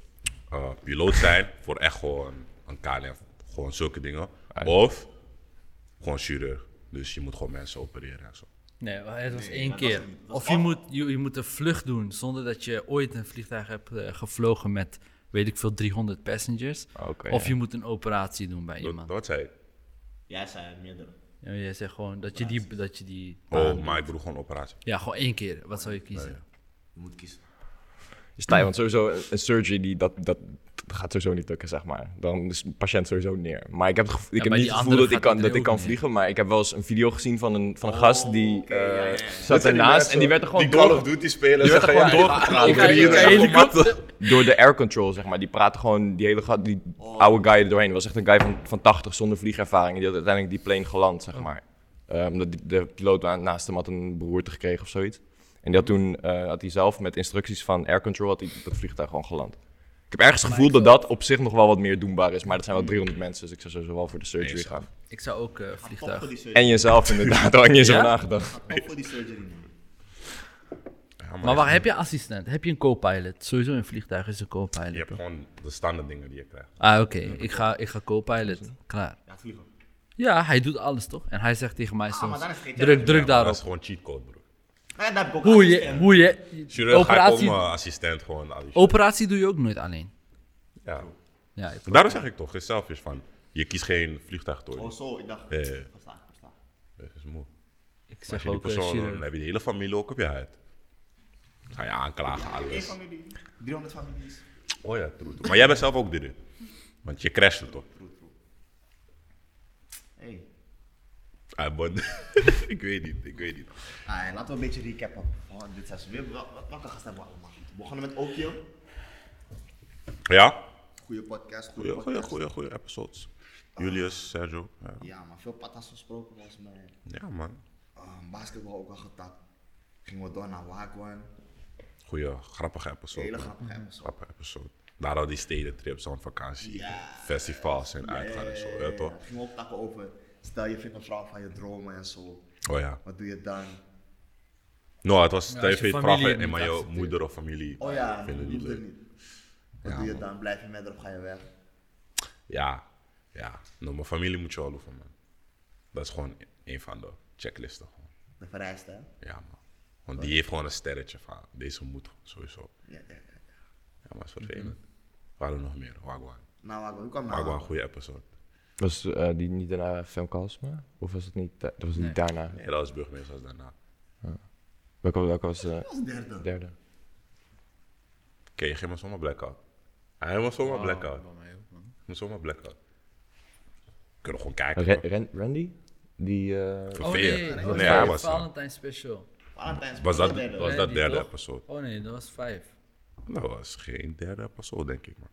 uh, piloot zijn voor echt gewoon een K L M, gewoon zulke dingen. Of gewoon chirurg. Dus je moet gewoon mensen opereren en zo. Nee, maar het was Nee, één maar dat keer. was niet. Dat Of was je af- moet, je, je moet een vlucht doen zonder dat je ooit een vliegtuig hebt eh, gevlogen met, weet ik veel, driehonderd passengers. Oké, of ja. je moet een operatie doen bij Dat, iemand. dat zei ik. Jij zei meerdere. Ja, jij zegt gewoon dat je die, dat je die Oh, baan maar ik doet. bedoel gewoon operatie. Ja, gewoon één keer. Wat zou je kiezen? Nee, ja. Je moet kiezen. Is taai, want sowieso een, een surgery die dat, dat gaat sowieso niet lukken, zeg maar. Dan is de patiënt sowieso neer. Maar ik heb, het gevo- ik Ja, heb bij niet die het gevoel andere dat ik gaat kan, dat iedereen ik kan ook neer. vliegen, maar ik heb wel eens een video gezien van een, van een gast die oké, ja, ja, ja. eh, Dat zat ernaast en die werd er gewoon Die Call door, of Duty spelen. die werd er zeggen, gewoon ja, doorgetraald. Ik ga- ik ga helikopter. door de air control, zeg maar. Die praatte gewoon die hele ga- die oude guy er doorheen. Dat was echt een guy van, van tachtig zonder vliegervaring. En die had uiteindelijk die plane geland, zeg maar. Eh, omdat die- de piloot na- naast hem had een beroerte gekregen of zoiets. En die had toen, eh, had hij zelf met instructies van air control, had hij dat vliegtuig gewoon geland. Ik heb ergens het gevoel dat dat op zich nog wel wat meer doenbaar is. Maar dat zijn wel driehonderd mensen, dus ik zou sowieso wel voor de surgery Nee, gaan. Ik zou ook eh, Ga toch vliegtuig. voor die surgery. En jezelf inderdaad, daar had ik niet eens Ja? over nagedacht. Ga toch voor die surgery, man. Ja, Maar waar heb je assistent? Heb je een co-pilot? Sowieso in vliegtuig is een co-pilot. Je hebt gewoon de standaard dingen die je krijgt. Ah, oké. Ik ga, ik ga co-pilot. Klaar. Ja, vliegen. Ja, hij doet alles toch? En hij zegt tegen mij Ah, soms: maar dan is het geen druk, test. druk Ja, maar daarop. dat is gewoon cheatcode, bro. Maar ja, daar heb ik ook Hoe je, assistent. hoe je. Chirurg ga ik Operatie, ook mijn assistent gewoon. al die shit. operatie doe je ook nooit alleen. Ja. Ja, ik- Daarom zeg ik toch, is zelfs van, je kiest geen vliegtuigtooi. Oh, zo, ik dacht. Ja, ja. Versta, versta. Dat is moe. ik Maar als zeg je die ook: eh, persoon, dan chirurg. heb je de hele familie ook op je huid. Ga je aanklagen, Eén alles. familie, driehonderd families. Oh ja, true, true. Maar jij bent zelf ook dit. Want je crashte toch? Hey. Ah, man. ik weet niet, ik weet niet. Ah, laten we een beetje recappen van dit seizoen. Wel- wel- Welke gasten hebben we allemaal? We begonnen met Okio. Ja? Goeie podcast. Goeie Goeie, goeie, podcast. goeie, goeie episodes. Julius, Sergio. Ja, Ja, maar veel patas gesproken volgens mij. ja man. Uh, basketbal ook al getapt. Gingen we door naar Wagwan. Goeie, grappige episode. Hele man. grappige episode. Grappige episode. Daar al die stedentrips, zo'n vakantie, Ja. festivals en uitgaan en zo, Ja, ja, ja, ja. toch? Gingen we optakken over, stel je vindt een vrouw van je dromen en zo. Oh ja. Wat doe je dan? No, het was, Ja, stel je als je vindt familie vragen het en maar niet je accepteert. moeder of familie Oh ja, vinden het niet hoeft er leuk. niet. Wat Ja, doe je man. dan? Blijf je met haar of ga je weg? Ja, ja. No, mijn familie moet je wel hoeven, man. Dat is gewoon een van de checklisten. Gewoon. De vereiste, hè? Ja, man. Want die heeft gewoon een sterretje van, deze moet sowieso. Ja, ja, ja. Ja, maar is vervelend. We hadden nog meer, Wagwan. Nou, Wagwan, hoe kwam nou? Wagwan, goede episode. Was eh, die niet daarna Femcasma? Of was het niet, da- dat was niet Nee. daarna? Nee, dat was burgemeester daarna. Welke, welke was de Dat was de derde. derde? Oké, je ging maar zomaar blackout. Hij was zomaar Oh, blackout. bij mij ook, man. Ging zomaar blackout. Kunnen gewoon kijken. Ra- toch? Ran- Randy? Die... eh, Van Oh Veer. nee, Nee, dat hij was was, de eh, Valentine special. Valentijns Was dat, de derde. was Nee, dat die derde toch? episode? Oh nee, dat was vijf. Dat was geen derde episode, denk ik, man.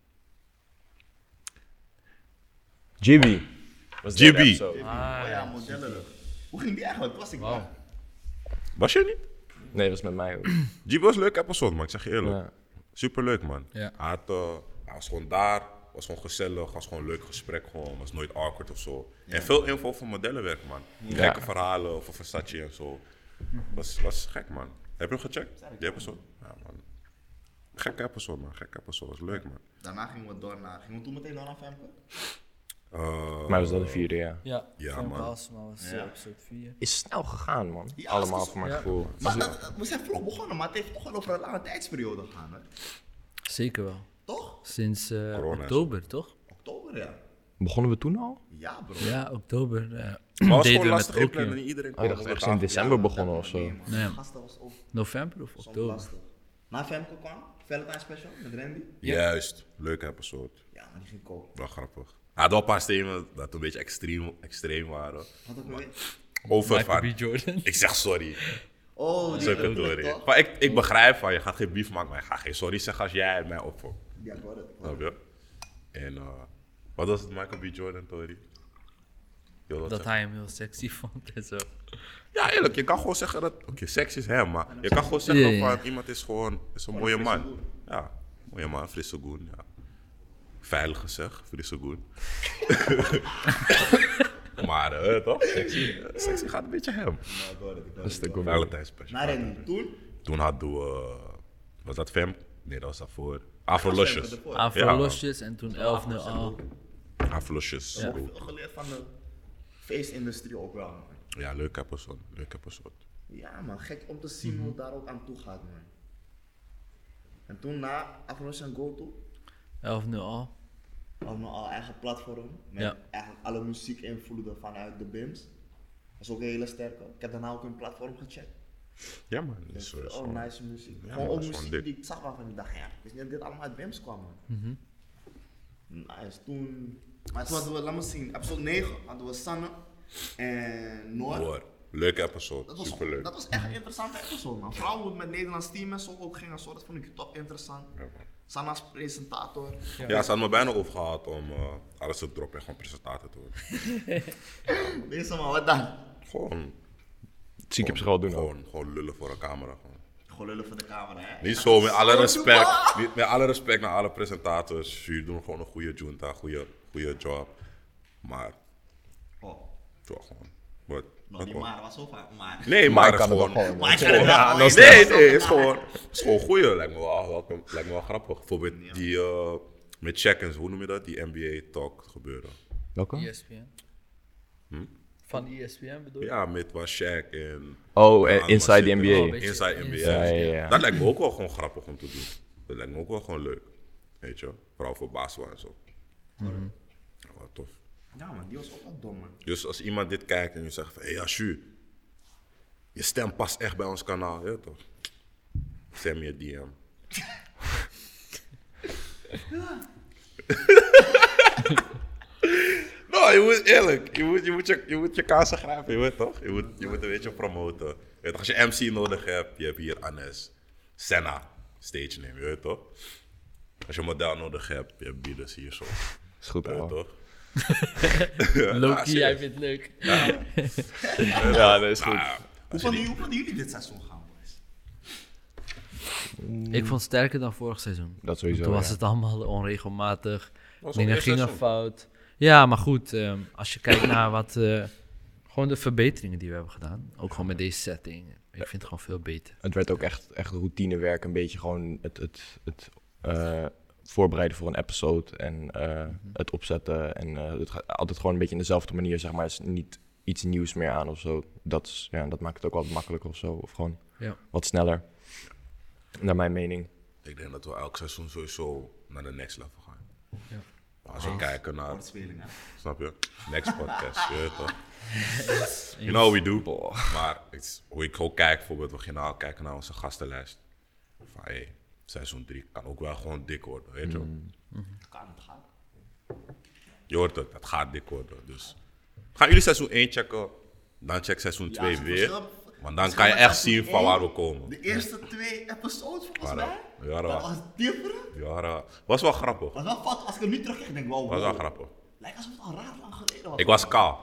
Jibby. Was de Jibby. derde episode. Ah, Oh ja, modellen. Hoe ging die eigenlijk? Was ik Wauw. wel. Was je niet? Nee, dat was met mij ook. Jibby was een leuke episode, man. Ik zeg je eerlijk. Ja. Superleuk, man. Ja. Hij, had, eh, hij was gewoon daar. Was gewoon gezellig. Was gewoon een leuk gesprek. Gewoon. Was nooit awkward of zo. En veel info over modellenwerk, man. Gekke verhalen over Versace en zo. Was, was gek, man. Heb je hem gecheckt? Die episode? Ja, man. Gekke episode, man. Gekke episode. Was leuk, man. Daarna gingen we door naar... Gingen we toen meteen door naar Femke? Eh, Maar was dat de vierde, ja. Ja, Ja, Van man. Pasma was eh, Ja. episode vier. Is snel gegaan, man. Ja, Allemaal is het voor mijn ja. gevoel. Maar dat, dat- we zijn vroeg begonnen, maar het heeft toch wel over een lange tijdsperiode gegaan, hè? Zeker wel. Toch? Sinds eh, Corona. oktober, toch? Oktober, ja. Begonnen we toen al? Ja, bro. Ja, oktober. eh, Maar het was deden gewoon we lastig met inplannen. Okio. Niet iedereen Oh, ik kon dacht op echt een in dag. december Ja, begonnen dat- of zo. nee, man. Nee. Gasten was ook November of soms oktober? lastig. Na Femke kwam, Valentine Special met Randy. Juist. Leuke episode. Ja, maar die ging koken. Wel grappig. Hij had wel een paar stemmen dat een beetje extreem, extreem waren. Wat ook weer? Over Michael van, B. Jordan. ik zeg sorry. Oh, die Zulke druppelen, toren. toch? Maar ik, ik begrijp van, je gaat geen beef maken, maar je gaat geen sorry zeggen als jij mij opvangt. Ja, ik hoor het. Snap je? En uh, wat was het Michael B. Jordan, Tori? Je wil Dat zeggen? hij hem heel sexy vond en zo. Ja, eerlijk, je kan gewoon zeggen dat, oké, seks is hem, maar je kan gewoon zeggen Ja, ja. van iemand is gewoon is een mooie man. Ja, mooie man, frisse goen, ja. Veilig gezegd, frisse goen. maar, eh, toch? Sexy, eh, sexy gaat een beetje hem. Ja, ik hoor het. Ik hoor Dat is het. de Valentijn's special. Na Randy, toen? Toen hadden we, was dat Fem? Nee, dat was daarvoor. Afro-losjes. ervoor. Afro-losjes en toen elf nul al. Afro-losjes. Ik heb ook veel geleerd van de feestindustrie ook wel, man. Ja, leuke episode. Leuke episode. Ja, man, gek om te zien hoe het daar ook aan toe gaat, man. En toen na Afro en Go To, elf nul al. hadden we al eigen platform. Met Ja. eigenlijk alle muziekinvloeden vanuit de B I M's. Dat is ook een hele sterke. Ik heb daarna ook hun platform gecheckt. Ja, man. Dat Dus, is, is oh, gewoon- nice muziek. Ja, Gewoon man, ook dat is gewoon muziek dik. die ik zag waarvan ik dacht, ja, ik wist niet dat dit allemaal uit B I M's kwam, man. Mhm. Nice, toen... Maar toen hadden we, laat me zien, episode negen hadden we Sanne en Noor. Hoor. Leuke episode. Dat was, Superleuk. dat was echt een interessante episode, man. Vooral hoe het met Nederlands team en zo ook ging en zo, dat vond ik top interessant. Ja, man. Sanne als presentator. Ja, ze had me bijna opgehaald om uh, alles te droppen en gewoon presentator te worden. Deze man, wat dan? Gewoon. Zie ik heb ze wel doen ook. Gewoon, gewoon lullen voor een camera. Gewoon. Gewoon lullen voor de camera, hè? Niet zo, met alle Zo respect. doen, Niet, met alle respect naar alle presentators. Jullie doen gewoon een goede junta, goede, goede job. Maar, Oh, toch gewoon. Wat? nou wat die wat? maar was zo vaak, maar... Nee, maar, Maar het ik is kan het wel gewoon. gewoon. Maar ik weet kan je. het wel Ja, gewoon. nog Nee, steeds. nee, het is gewoon, het is gewoon goeie. Lijkt me wel, wel, lijkt me wel grappig. Bijvoorbeeld die uh, met check-ins, hoe noem je dat? Die N B A talk gebeuren. Welke? E S P N. Hm? Van E S P N bedoel je? Ja, met was Shaq en. Oh, eh, allemaal Inside the zitten. N B A. Oh, beetje- Inside N B A. Ja, ja, ja. Dat lijkt me ook wel gewoon grappig om te doen. Dat lijkt me ook wel gewoon leuk. Weet je, vooral voor basketbal en zo. Wat tof. Ja man, die was ook wel dom, man. Dus als iemand dit kijkt en je zegt van, hé hey, Ashu, je stem past echt bij ons kanaal, ja toch? Send me een D M. Nou, je moet eerlijk, je moet je, moet je, je, moet je kansen grijpen, je weet toch? Je moet, je moet een beetje promoten. Je weet toch, als je M C nodig hebt, je hebt hier Anes, Senna, stage name, je weet toch? Als je een model nodig hebt, je hebt Bieders hier zo, Is goed je weet hoor. toch? Loki, Ja, jij vindt het leuk. Ja, dat is goed. Nou ja, Hoe als je vonden die- jullie- hoe vonden jullie dit seizoen gaan, boys? Ik vond het sterker dan vorig seizoen. Dat sowieso. Toen was ja. het allemaal onregelmatig. was Dingen ook gingen eerst seizoen. fout. Ja, maar goed, ehm, als je kijkt naar wat... eh, gewoon de verbeteringen die we hebben gedaan. Ook gewoon met deze setting. Ik vind het gewoon veel beter. Het werd ook echt, echt routinewerk. Een beetje gewoon het, het, het eh, voorbereiden voor een episode. En eh, het opzetten. En eh, het gaat altijd gewoon een beetje in dezelfde manier, zeg maar. Er is niet iets nieuws meer aan of zo. Dat, is, ja, dat maakt het ook wel wat makkelijker of zo. Of gewoon Ja. wat sneller. Naar mijn mening. Ik denk dat we elk seizoen sowieso naar de next level gaan. Ja. Maar als we kijken naar, Woordspeling, hè? snap je? Next podcast, je weet toch? You know what we do. Maar het is- hoe ik ook kijk, bijvoorbeeld, we gingen al kijken naar onze gastenlijst. Van hé, hey, seizoen drie kan ook wel gewoon dik worden, weet je? wel? Kan het gaan. Je hoort het, het gaat dik worden. Dus gaan jullie seizoen één checken, dan check seizoen twee Ja, weer. verschil- Want dan verschil kan je met echt seizoen zien van één, waar we komen. De eerste twee episodes, volgens Ja, mij, ja, dat dat- was different. Ja, dat was wel grappig. Was wel fout. Als ik er nu terugkijk, denk ik, wow, Was wel wow. grappig. Lijkt alsof het al raar lang geleden was. Ik was kaal.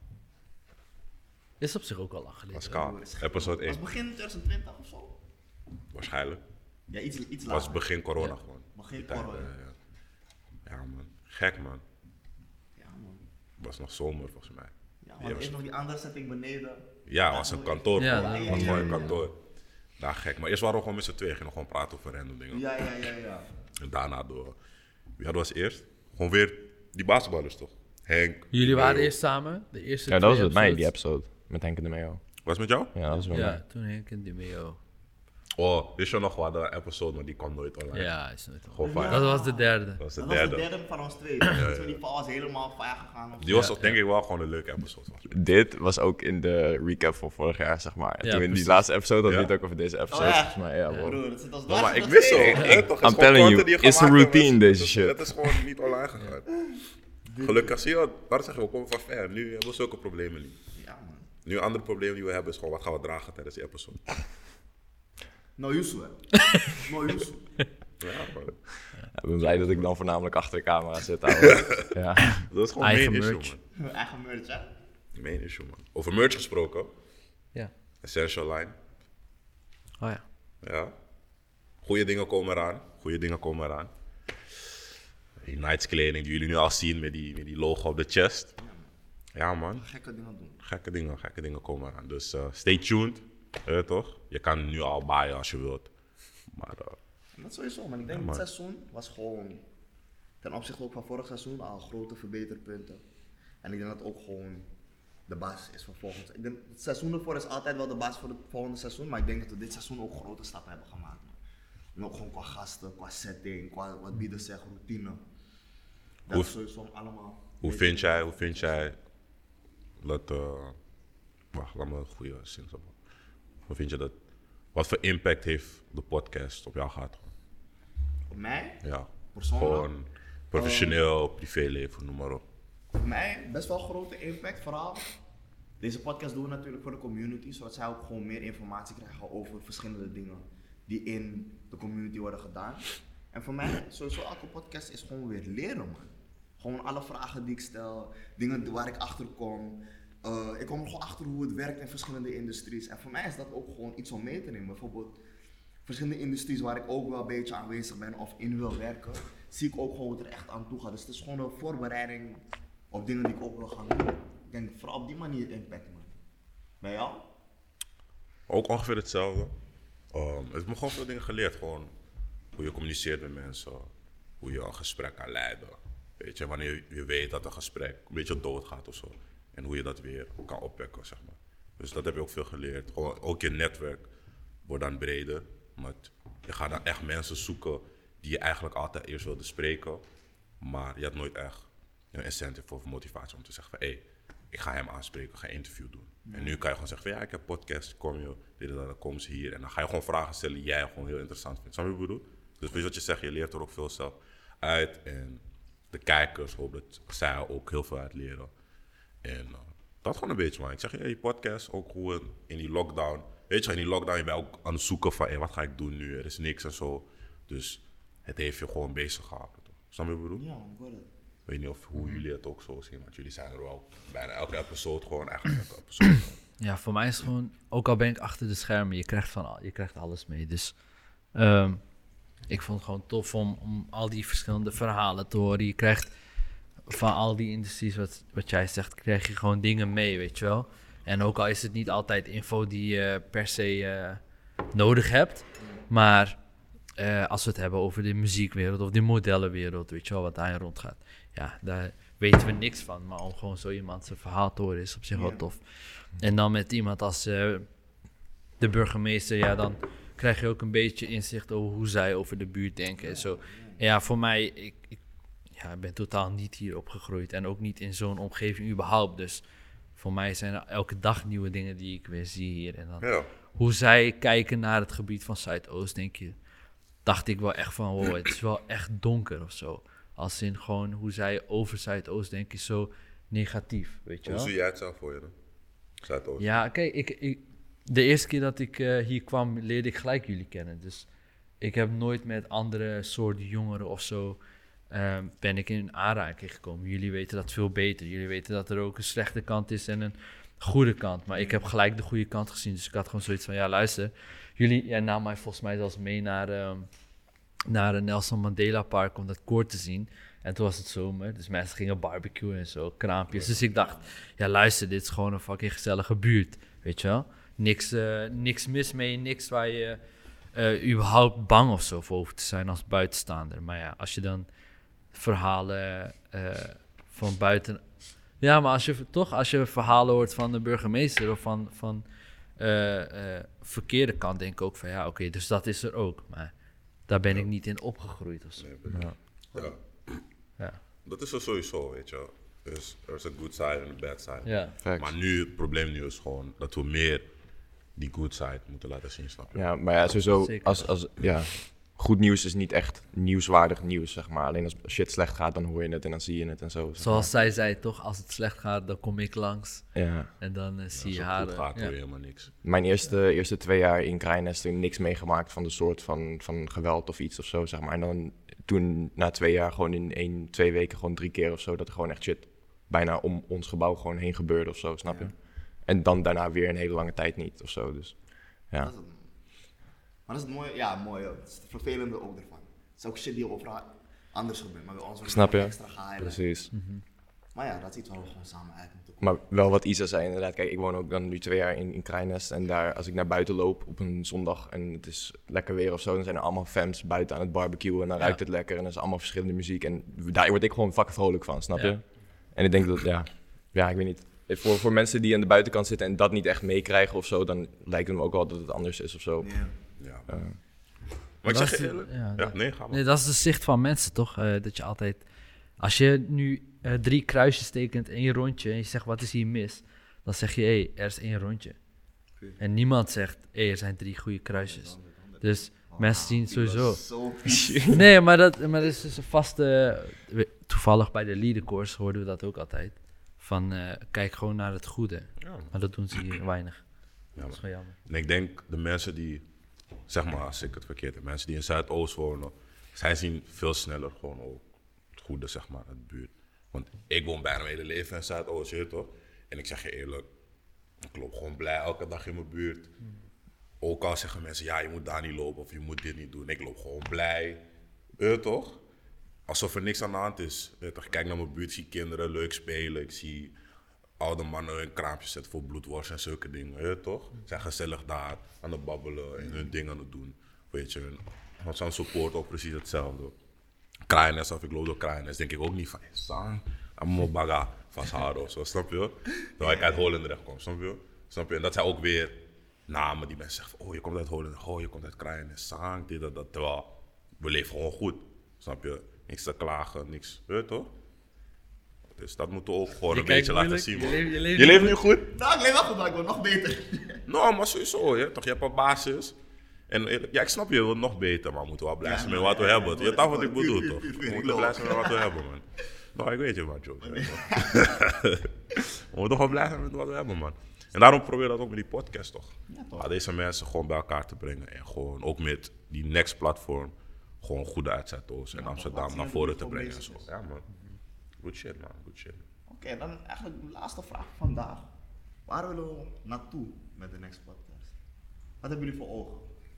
Is op zich ook wel lang geleden. Was kaal. Episode Was één. begin twintig twintig of zo? Waarschijnlijk. Ja, iets, iets Was later. begin corona gewoon. Begin Die tijd, corona. ja, ja. Ja, man. Gek, man. Ja, man. Was nog zomer, volgens mij. Ja, Ja, man. was- Eerst nog die andere setting beneden. Ja, was een kantoor. Ja, gewoon. ja, was ja, gewoon ja, een ja. kantoor. Nou, gek. Maar eerst waren we gewoon met z'n tweeën. Gingen gewoon praten over random dingen. Ja, ja, ja, ja. En daarna door. Wie hadden we als eerst? Gewoon weer die basketballers, toch? Henk. Jullie waren Leo. eerst samen? De eerste Ja, dat was twee met mij, die episodes? episode. Met Henk en de Meo. Was het met jou? Ja, dat was met mij. Ja, toen Henk en Dimeo. Oh, wist je nog, we hadden een episode, maar die kwam nooit online. Ja, is nooit al. Gewoon fire. Dat was de derde. Dat was de Dat was de derde. derde van ons twee. Dus die val was helemaal fire gegaan. Die was toch denk ik wel gewoon een leuke episode. volgens mij. Dit was ook in de recap van vorig jaar, zeg maar. En Ja, toen in die precies. laatste episode hadden we Ja. het ook over deze episode, Oh, ja? volgens mij. Ja, bro. Broer, dat zit als Maar, maar ik dat wist zo. twee. hè, toch, het is I'm gewoon telling you, content die je it's a gemaakt hebt. routine, Het is- deze shit. Het is gewoon niet online gegaan. Gelukkig, zie je, waar zeg je, we komen van ver. Nu hebben we zulke problemen niet. Ja, man. Nu een ander probleem die we hebben is gewoon, wat gaan we dragen tijdens die episode? No use, hè. No use. Ja, maar Ik ben blij dat ik dan voornamelijk achter de camera zit. ouwe. Ja. dat is gewoon Eigen main merch. issue, man. Eigen merch, hè. Main issue, man. Over merch gesproken. Ja. Essential Line. Oh ja. Ja. Goeie dingen komen eraan. Goeie dingen komen eraan. Die Knights kleding die jullie nu al zien met die, met die logo op de chest. Ja, man. Gekke dingen doen. Gekke dingen, gekke dingen komen eraan. Dus eh, stay tuned. Eh, toch? Je kan nu al baaien als je wilt. Maar eh, En dat sowieso, maar ik denk Ja, dat man. het seizoen was gewoon, ten opzichte ook van vorig seizoen, al grote verbeterpunten. En ik denk dat het ook gewoon de basis is voor volgend seizoen. Ik denk, het seizoen ervoor is altijd wel de basis voor het volgende seizoen, maar ik denk dat we dit seizoen ook grote stappen hebben gemaakt. Man. En ook gewoon qua gasten, qua setting, qua wat bieden zegt, routine. Dat Hoe- is sowieso allemaal. Hoe vind jij, hoe vind jij dat, uh, wacht, laat me een goede zin zeggen. Hoe vind je dat, wat voor impact heeft de podcast op jou gehad? Op mij, Ja, persoonlijk, gewoon professioneel, privéleven, noem maar op. voor mij best wel grote impact, vooral. Deze podcast doen we natuurlijk voor de community, zodat zij ook gewoon meer informatie krijgen over verschillende dingen die in de community worden gedaan. En voor mij, sowieso elke podcast is gewoon weer leren, man. Gewoon alle vragen die ik stel, dingen waar ik achter kom. Uh, ik kom er gewoon achter hoe het werkt in verschillende industries. En voor mij is dat ook gewoon iets om mee te nemen. Bijvoorbeeld verschillende industries waar ik ook wel een beetje aanwezig ben of in wil werken, zie ik ook gewoon hoe het er echt aan toe gaat. Dus het is gewoon een voorbereiding op dingen die ik ook wil gaan doen. Ik denk vooral op die manier impact, man. Bij jou? Ook ongeveer hetzelfde. Um, het heeft me gewoon veel dingen geleerd. Gewoon hoe je communiceert met mensen, hoe je een gesprek kan leiden. Weet je, wanneer je weet dat een gesprek een beetje doodgaat of zo. En hoe je dat weer kan opwekken, zeg maar. Dus dat heb je ook veel geleerd. Gewoon, ook je netwerk wordt dan breder. Want je gaat dan echt mensen zoeken die je eigenlijk altijd eerst wilde spreken. Maar je had nooit echt een incentive of motivatie om te zeggen van hé, hey, ik ga hem aanspreken, ik ga een interview doen. Ja. En nu kan je gewoon zeggen van ja, ik heb podcast, kom je, dit en dat, dan kom ze hier. En dan ga je gewoon vragen stellen die jij gewoon heel interessant vindt. Snap je wat ik bedoel? Dus weet je wat je zegt, je leert er ook veel zelf uit. En de kijkers, hoop dat zij ook heel veel uit leren. En uh, dat gewoon een beetje, man. Ik zeg je, ja, die podcast, ook hoe het in die lockdown, weet je, in die lockdown je bent ook aan het zoeken van hey, wat ga ik doen nu, er is niks en zo. Dus het heeft je gewoon bezig gehouden. Toch? Snap je wat ik bedoel? Ja, ik hoor het. Ik weet niet of hoe jullie het ook zo zien, want jullie zijn er wel bijna elke episode gewoon eigenlijk elke episode. Ja, voor mij is het gewoon, ook al ben ik achter de schermen, je krijgt, van, al- je krijgt alles mee. Dus ehm, ik vond het gewoon tof om, om al die verschillende verhalen te horen. Je krijgt van al die industries, wat, wat jij zegt, krijg je gewoon dingen mee, weet je wel. En ook al is het niet altijd info die je per se eh, nodig hebt, maar eh, als we het hebben over de muziekwereld of de modellenwereld, weet je wel, wat daarin rondgaat. Ja, daar weten we niks van, maar om gewoon zo iemand zijn verhaal te horen is op zich wel Ja. tof. En dan met iemand als eh, de burgemeester, ja, dan krijg je ook een beetje inzicht over hoe zij over de buurt denken en zo. En ja, voor mij, ik, ik ja, ben totaal niet hier opgegroeid en ook niet in zo'n omgeving überhaupt. Dus voor mij zijn er elke dag nieuwe dingen die ik weer zie hier. En dan Ja, hoe zij kijken naar het gebied van Zuidoost, denk je, dacht ik wel echt van, wow, het is wel echt donker of zo. Als in gewoon hoe zij over Zuidoost denken is zo negatief, weet je hoe wel. zie jij het zelf voor je dan? Zuidoost. Ja, kijk, ik, ik, de eerste keer dat ik eh, hier kwam, leerde ik gelijk jullie kennen. Dus ik heb nooit met andere soorten jongeren of zo, ehm, ben ik in aanraking gekomen. Jullie weten dat veel beter. Jullie weten dat er ook een slechte kant is en een goede kant. Maar ik heb gelijk de goede kant gezien. Dus ik had gewoon zoiets van, ja, luister. Jullie jij nam mij volgens mij zelfs mee naar, ehm, naar het Nelson Mandela Park om dat koor te zien. En toen was het zomer, dus mensen gingen barbecuen en zo, kraampjes. Dus ik dacht, ja luister, dit is gewoon een fucking gezellige buurt, weet je wel. Niks, eh, niks mis mee, niks waar je eh, überhaupt bang of zo voor hoeft te zijn als buitenstaander. Maar ja, als je dan verhalen eh, van buiten... Ja, maar als je toch, als je verhalen hoort van de burgemeester of van, van eh, eh, verkeerde kant, denk ik ook van ja, oké, dus dat is er ook. Maar daar ben ik niet in opgegroeid of zo. Nee, ben- Ja. Ja. Ja. Dat is er sowieso, weet je wel. Dus er is een good side en een bad side. Ja. Facts. Maar nu, het probleem nu is gewoon dat we meer die good side moeten laten zien, snap je? Ja, maar ja, sowieso, Zeker. als, als, ja, goed nieuws is niet echt nieuwswaardig nieuws, zeg maar. Alleen als shit slecht gaat, dan hoor je het en dan zie je het en zo. zeg Zoals zij zei toch, als het slecht gaat, dan kom ik langs maar. Ja. en dan eh, zie Als je het haar. goed gaat, ja. hoor je helemaal niks. Mijn eerste, eerste twee jaar in Krijnest toen niks meegemaakt van de soort van, van geweld of iets of zo, zeg maar. En dan toen na twee jaar gewoon in één, twee weken gewoon drie keer of zo, dat er gewoon echt shit bijna om ons gebouw gewoon heen gebeurde of zo, snap je? En dan daarna weer een hele lange tijd niet of zo, dus ja. Dat is het. Maar dat is het mooie, ja, mooi. Dat is het vervelende ook ervan. Het is ook shit die overal anders gebeurt, maar bij ons wordt het Snap je? nog extra gehighlight. Precies. Maar ja, dat is iets waar we gewoon samen uit moeten komen. Maar wel wat Isa zei inderdaad. Kijk, ik woon ook dan nu twee jaar in, in Kraaiennest. En daar, als ik naar buiten loop op een zondag en het is lekker weer of zo, dan zijn er allemaal fans buiten aan het barbecuen. En dan Ja. ruikt het lekker en er is allemaal verschillende muziek. En daar word ik gewoon fucking vrolijk van, snap je? Ja. En ik denk dat, ja, ja, ik weet niet. Voor, voor mensen die aan de buitenkant zitten en dat niet echt meekrijgen of zo, dan lijkt het me ook wel dat het anders is of zo. Ja. Ja. Eh, Maar ik Dat zeg is je de- eerlijk. ja, Ja, dat- nee, ga maar. Nee, dat is de zicht van mensen, toch? Eh, dat je altijd... Als je nu eh, drie kruisjes tekent in je rondje en je zegt, wat is hier mis? Dan zeg je, hé, hey, er is één rondje. En niemand zegt, hé, hey, er zijn drie goede kruisjes. Dus mensen zien het sowieso. Zo Nee, maar dat, maar dat is dus een vaste... we- Toevallig bij de leadercourse hoorden we dat ook altijd. Van, eh, kijk gewoon naar het goede. Ja, man. Maar dat doen ze hier weinig. Ja, Dat is man. wel jammer. En ik denk de mensen die, zeg maar als ik het verkeerd heb, mensen die in Zuidoost wonen, zij zien veel sneller gewoon ook het goede, zeg maar, uit de buurt. Want ik woon bijna mijn hele leven in Zuidoost, je weet toch? En ik zeg je eerlijk, ik loop gewoon blij elke dag in mijn buurt. Ook al zeggen mensen, ja, je moet daar niet lopen of je moet dit niet doen. Ik loop gewoon blij, je weet toch? Alsof er niks aan de hand is. Je weet toch? Ik kijk naar mijn buurt, zie kinderen leuk spelen. Ik zie oude mannen hun kraampjes zetten voor bloedworst en zulke dingen. Je weet toch? Ze zijn gezellig daar aan het babbelen en hun dingen aan het doen. Weet je, want zo'n support ook precies hetzelfde. Kraaiennest, of ik loop door Kraaiennest, denk ik ook niet van, hey, sang, allemaal baga vasthouden of zo, snap je? Terwijl ik uit Holendrecht kom, snap je? Snap je? En dat zijn ook weer namen die mensen zeggen, oh je komt uit Holendrecht, oh je komt uit Kraaiennest, sang, dit, dat, dat. Terwijl, we leven gewoon goed, snap je? Niks te klagen, niks, weet je toch? Dus dat moeten we ook gewoon een beetje laten zien, man. Je leeft, Je leeft nu goed? Nou, ik leef wel goed, maar ik word nog beter. Nou, maar sowieso, je, toch, je hebt een basis. En eerlijk, ja, ik snap je, je wilt nog beter, maar we moeten wel blij zijn Ja, met wat we ja, hebben. ja, Je weet toch wat ik puur, bedoel, puur, toch? puur, puur, We ik moeten geloof. blij zijn met wat we hebben, man. Nou, ik weet je, man, Joe. We moeten toch wel blij zijn met wat we hebben, man. En daarom probeer dat ook met die podcast, toch? Ja, deze mensen gewoon bij elkaar te brengen. En gewoon ook met die Next platform gewoon goede uitzendto's en Amsterdam naar voren te brengen en zo. Ja, man. Good shit, man. Good shit. Oké, dan eigenlijk de laatste vraag van vandaag. Waar willen we naartoe met de Next Podcast? Wat hebben jullie voor ogen?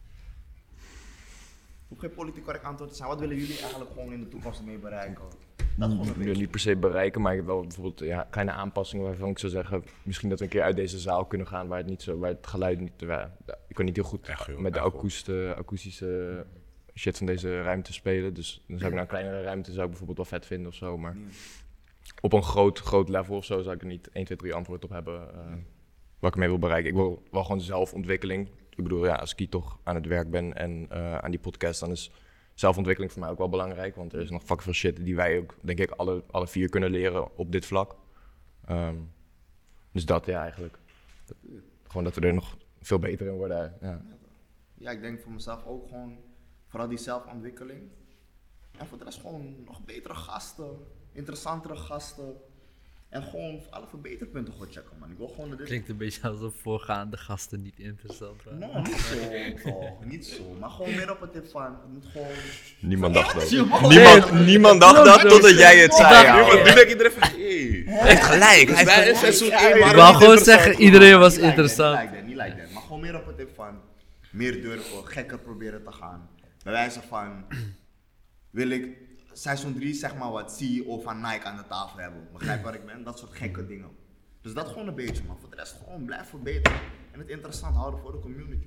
Hoeft geen politiek correct antwoord te zijn. Wat willen jullie eigenlijk gewoon in de toekomst mee bereiken? Dat gewoon een Ik wil beetje. niet per se bereiken, maar ik heb wel bijvoorbeeld ja, kleine aanpassingen waarvan ik zou zeggen, misschien dat we een keer uit deze zaal kunnen gaan waar het, niet zo, waar het geluid niet... Ja, ik kan niet heel goed Echt, joh, met de echt, hoor. akoestische, akoestische shit van deze ruimte spelen. Dus dan zou ik naar een kleinere ruimte zou ik bijvoorbeeld wel vet vinden of zo. Maar op een groot, groot level of zo zou ik er niet één, twee, drie antwoord op hebben uh, wat ik mee wil bereiken. Ik wil wel gewoon zelfontwikkeling. Ik bedoel, ja, als ik hier toch aan het werk ben en uh, aan die podcast, dan is zelfontwikkeling voor mij ook wel belangrijk. Want er is nog fucking veel shit die wij ook, denk ik, alle, alle vier kunnen leren op dit vlak. Um, dus dat, ja, eigenlijk. Dat, gewoon dat we er nog veel beter in worden. Ja. Ja, ik denk voor mezelf ook gewoon, vooral die zelfontwikkeling. En voor de rest gewoon nog betere gasten, interessantere gasten. En gewoon alle verbeterpunten gewoon checken, man. Ik wil gewoon dat dit... Klinkt een beetje alsof voorgaande gasten niet interessant waren. Nee, niet zo, toch. Niet zo. Maar gewoon meer op het tip van, het moet gewoon... Niemand dacht dat. Niemand- Niemand, niemand dacht dat totdat jij het zei. dacht- ouwe. Nu denk iedereen van, hé. Hij heeft gelijk. Hij heeft Wij gelijk. is seizoen Ja, één ja, waren Ik wou niet gewoon interessant. zeggen, iedereen was Niet like interessant. that, Niet like that, niet like that. Maar gewoon meer op het tip van, meer durven, gekker proberen te gaan. Bij wijze van, wil ik seizoen drie zeg maar wat C E O van Nike aan de tafel hebben. Begrijp waar ik ben? Dat soort gekke dingen. Dus dat gewoon een beetje, maar voor de rest gewoon blijven verbeteren. En het interessant houden voor de community.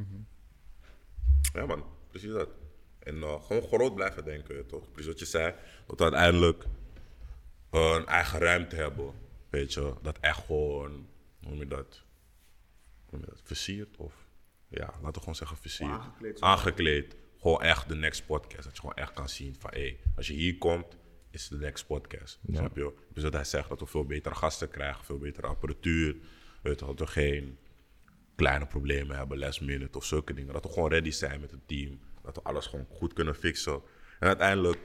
Ja, man, precies dat. En uh, gewoon groot blijven denken, toch? Precies wat je zei, dat we uiteindelijk uh, een eigen ruimte hebben. Weet je, dat echt gewoon, hoe noem je dat? Hoe noem je dat? Versierd of? Ja, laten we gewoon zeggen versierd. Gewoon aangekleed, zo. Aangekleed. Gewoon echt de next podcast. Dat je gewoon echt kan zien van, hé, hey, als je hier komt, is het de next podcast. Ja. Snap je? Dus dat hij zegt dat we veel betere gasten krijgen, veel betere apparatuur. Weet je, dat we geen kleine problemen hebben, last minute of zulke dingen. Dat we gewoon ready zijn met het team. Dat we alles gewoon goed kunnen fixen. En uiteindelijk,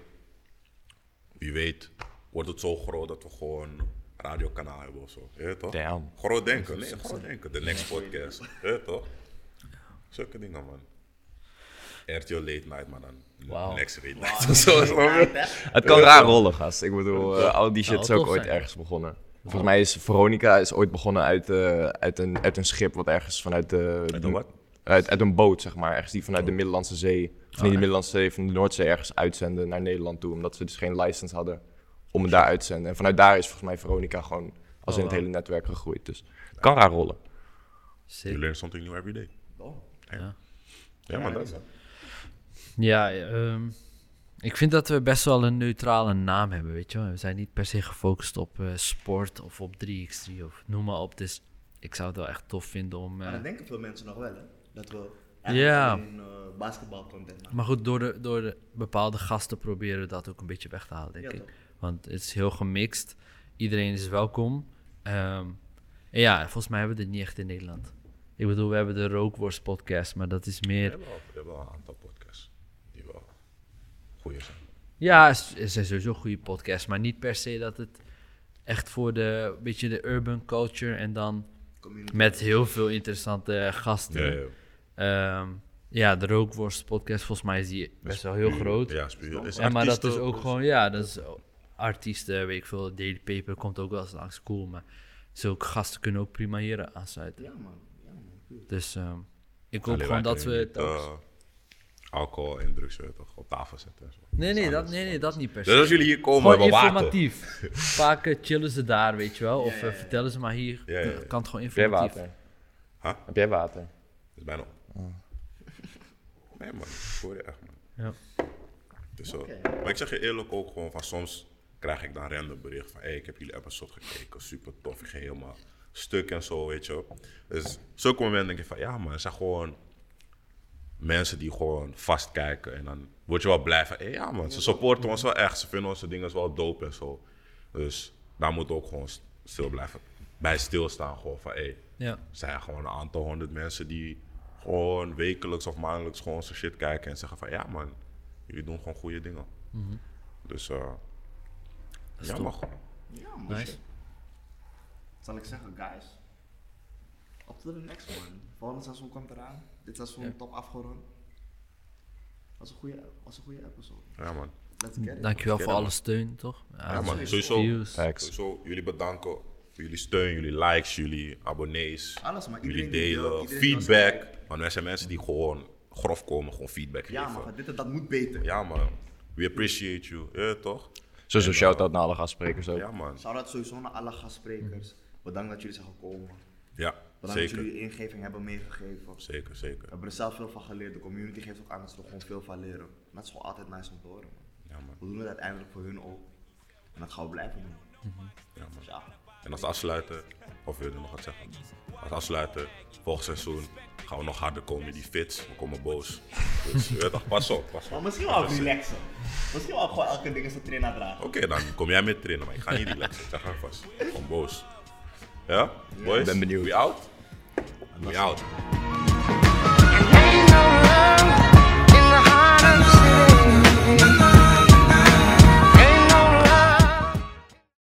wie weet, wordt het zo groot dat we gewoon een radiokanaal hebben of zo. Je weet toch? Damn. Groot denken, nee, groot denken. De next podcast. Je weet toch? Zulke dingen, man. R T O Late Night, maar dan Wauw. next Late Night. of zo, snap je? Het kan raar rollen, gast. Ik bedoel, uh, al die shit Zou is wel ook tof ooit zijn. ergens begonnen. Volgens mij is Veronica is ooit begonnen uit, uh, uit, een, uit een schip wat ergens vanuit de... Uit een wat? Uit, uit een boot, zeg maar. Ergens die vanuit Oh. de Middellandse Zee, of niet de Middellandse Zee, van de Noordzee ergens uitzenden naar Nederland toe. Omdat ze dus geen license hadden om het daar uit te zenden. En vanuit daar is volgens mij Veronica gewoon als Oh, in het wow. hele netwerk gegroeid. Dus het kan raar rollen. Sick. You learn something new every day. Oh. Ja. Ja, man, dat is het. Ja, ehm, ik vind dat we best wel een neutrale naam hebben, weet je wel. We zijn niet per se gefocust op eh, sport of op drie bij drie of noem maar op. Dus ik zou het wel echt tof vinden om... Maar eh, dat denken veel mensen nog wel, hè? Dat we Ja. in uh, basketbalcontent maken. maar goed, door de, door de bepaalde gasten proberen we dat ook een beetje weg te halen, denk Ja, ik. toch? Want het is heel gemixt. Iedereen is welkom. Ehm, en ja, volgens mij hebben we dit niet echt in Nederland. Ik bedoel, we hebben de Rookworst podcast, maar dat is We meer... hebben wel, we hebben wel een aantal podcasts die wel goeie zijn. Ja, het is- het zijn sowieso goede podcasts, maar niet per se dat het echt voor de beetje de urban culture en dan Community. met heel veel interessante gasten. Ja, Ja, ja. ja de Rookworst podcast, volgens mij is die best wel heel Puur- groot. Ja, is puur. Is Ja, maar dat is artiesten, ook dus- gewoon, ja, dat is artiesten, weet ik veel, Daily Paper komt ook wel eens langs, cool, maar zulke gasten kunnen ook prima hier aansluiten. Ja, man. Ja, man. Puur. Dus ehm, ik hoop Alleen gewoon wij dat we kunnen het niet, ook... eh, alcohol en drugs eh, toch op tafel zetten. en zo. Nee, nee, is dat, anders. nee, nee, dat niet per se. Dus als jullie hier komen, Gewoon hebben we water. informatief. Vaak eh, chillen ze daar, weet je wel. Of Ja, ja, eh, ja. vertellen ze maar hier. Ja, ja, ja. Dan kan het gewoon Heb jij informatief. water? Huh? Heb jij water? Dat is bijna op. Nee man, ik hoor je echt man. Ja. Dus zo. Oké. Maar ik zeg je eerlijk ook gewoon van soms krijg ik dan random bericht van hey, ik heb jullie episode gekeken, super tof, ik ging helemaal stuk en zo, weet je wel. Dus zulke momenten denk je van ja man, het zijn gewoon mensen die gewoon vast kijken en dan word je wel blij van hey, ja man, ze supporten ons wel echt, ze vinden onze dingen wel dope en zo. Dus daar moet ook gewoon stil blijven, bij stilstaan gewoon van hey, Ja. er zijn gewoon een aantal honderd mensen die gewoon wekelijks of maandelijks gewoon zijn shit kijken en zeggen van ja man, jullie doen gewoon goede dingen. Dus eh ja top. mag. Ja, man. Nice. Wat zal ik zeggen, guys? Op to the next one. Volgende seizoen komt eraan. Dit seizoen Ja. top afgerond. Was een goede, was een goede episode. Ja man. Let's get it. Dankjewel Oké, voor dan. alle steun, toch? Ja man, sowieso. sowieso. Views. Facts. Sowieso jullie bedanken voor jullie steun, jullie likes, jullie abonnees, Alles, maar jullie iedereen die wil, delen, iedereen die feedback. ons kijkt. Want wij zijn mensen die gewoon grof komen, gewoon feedback Ja, geven. maar dit en dat moet beter. Ja man, we appreciate you. Ja toch? Sowieso En, shout-out naar alle gastsprekers ook. Ja man, Shout-out sowieso naar alle gastsprekers. Bedankt dat jullie zijn gekomen. ja, Bedankt dat zeker. jullie ingeving hebben meegegeven. Zeker, zeker. We hebben er zelf veel van geleerd. De community geeft ook aan dat ze er gewoon veel van leren. En dat is gewoon altijd nice om te horen, man. Ja man, We doen het uiteindelijk voor hun ook. En dat gaan we blijven doen. ja man. Dus ja. En als afsluiten, of wil je er nog wat zeggen? Als afsluiten, volgend seizoen gaan we nog harder komen met die fits. We komen boos. Dus je weet toch, pas op, pas op. Maar misschien wel relaxen. Misschien wel gewoon elke ding zijn trainer dragen. Oké, dan kom jij met trainen, maar ik ga niet relaxen. Ik zeg maar vast. Gewoon boos. Ja? Boys? Ik ben benieuwd. We out? We out. Ain't no love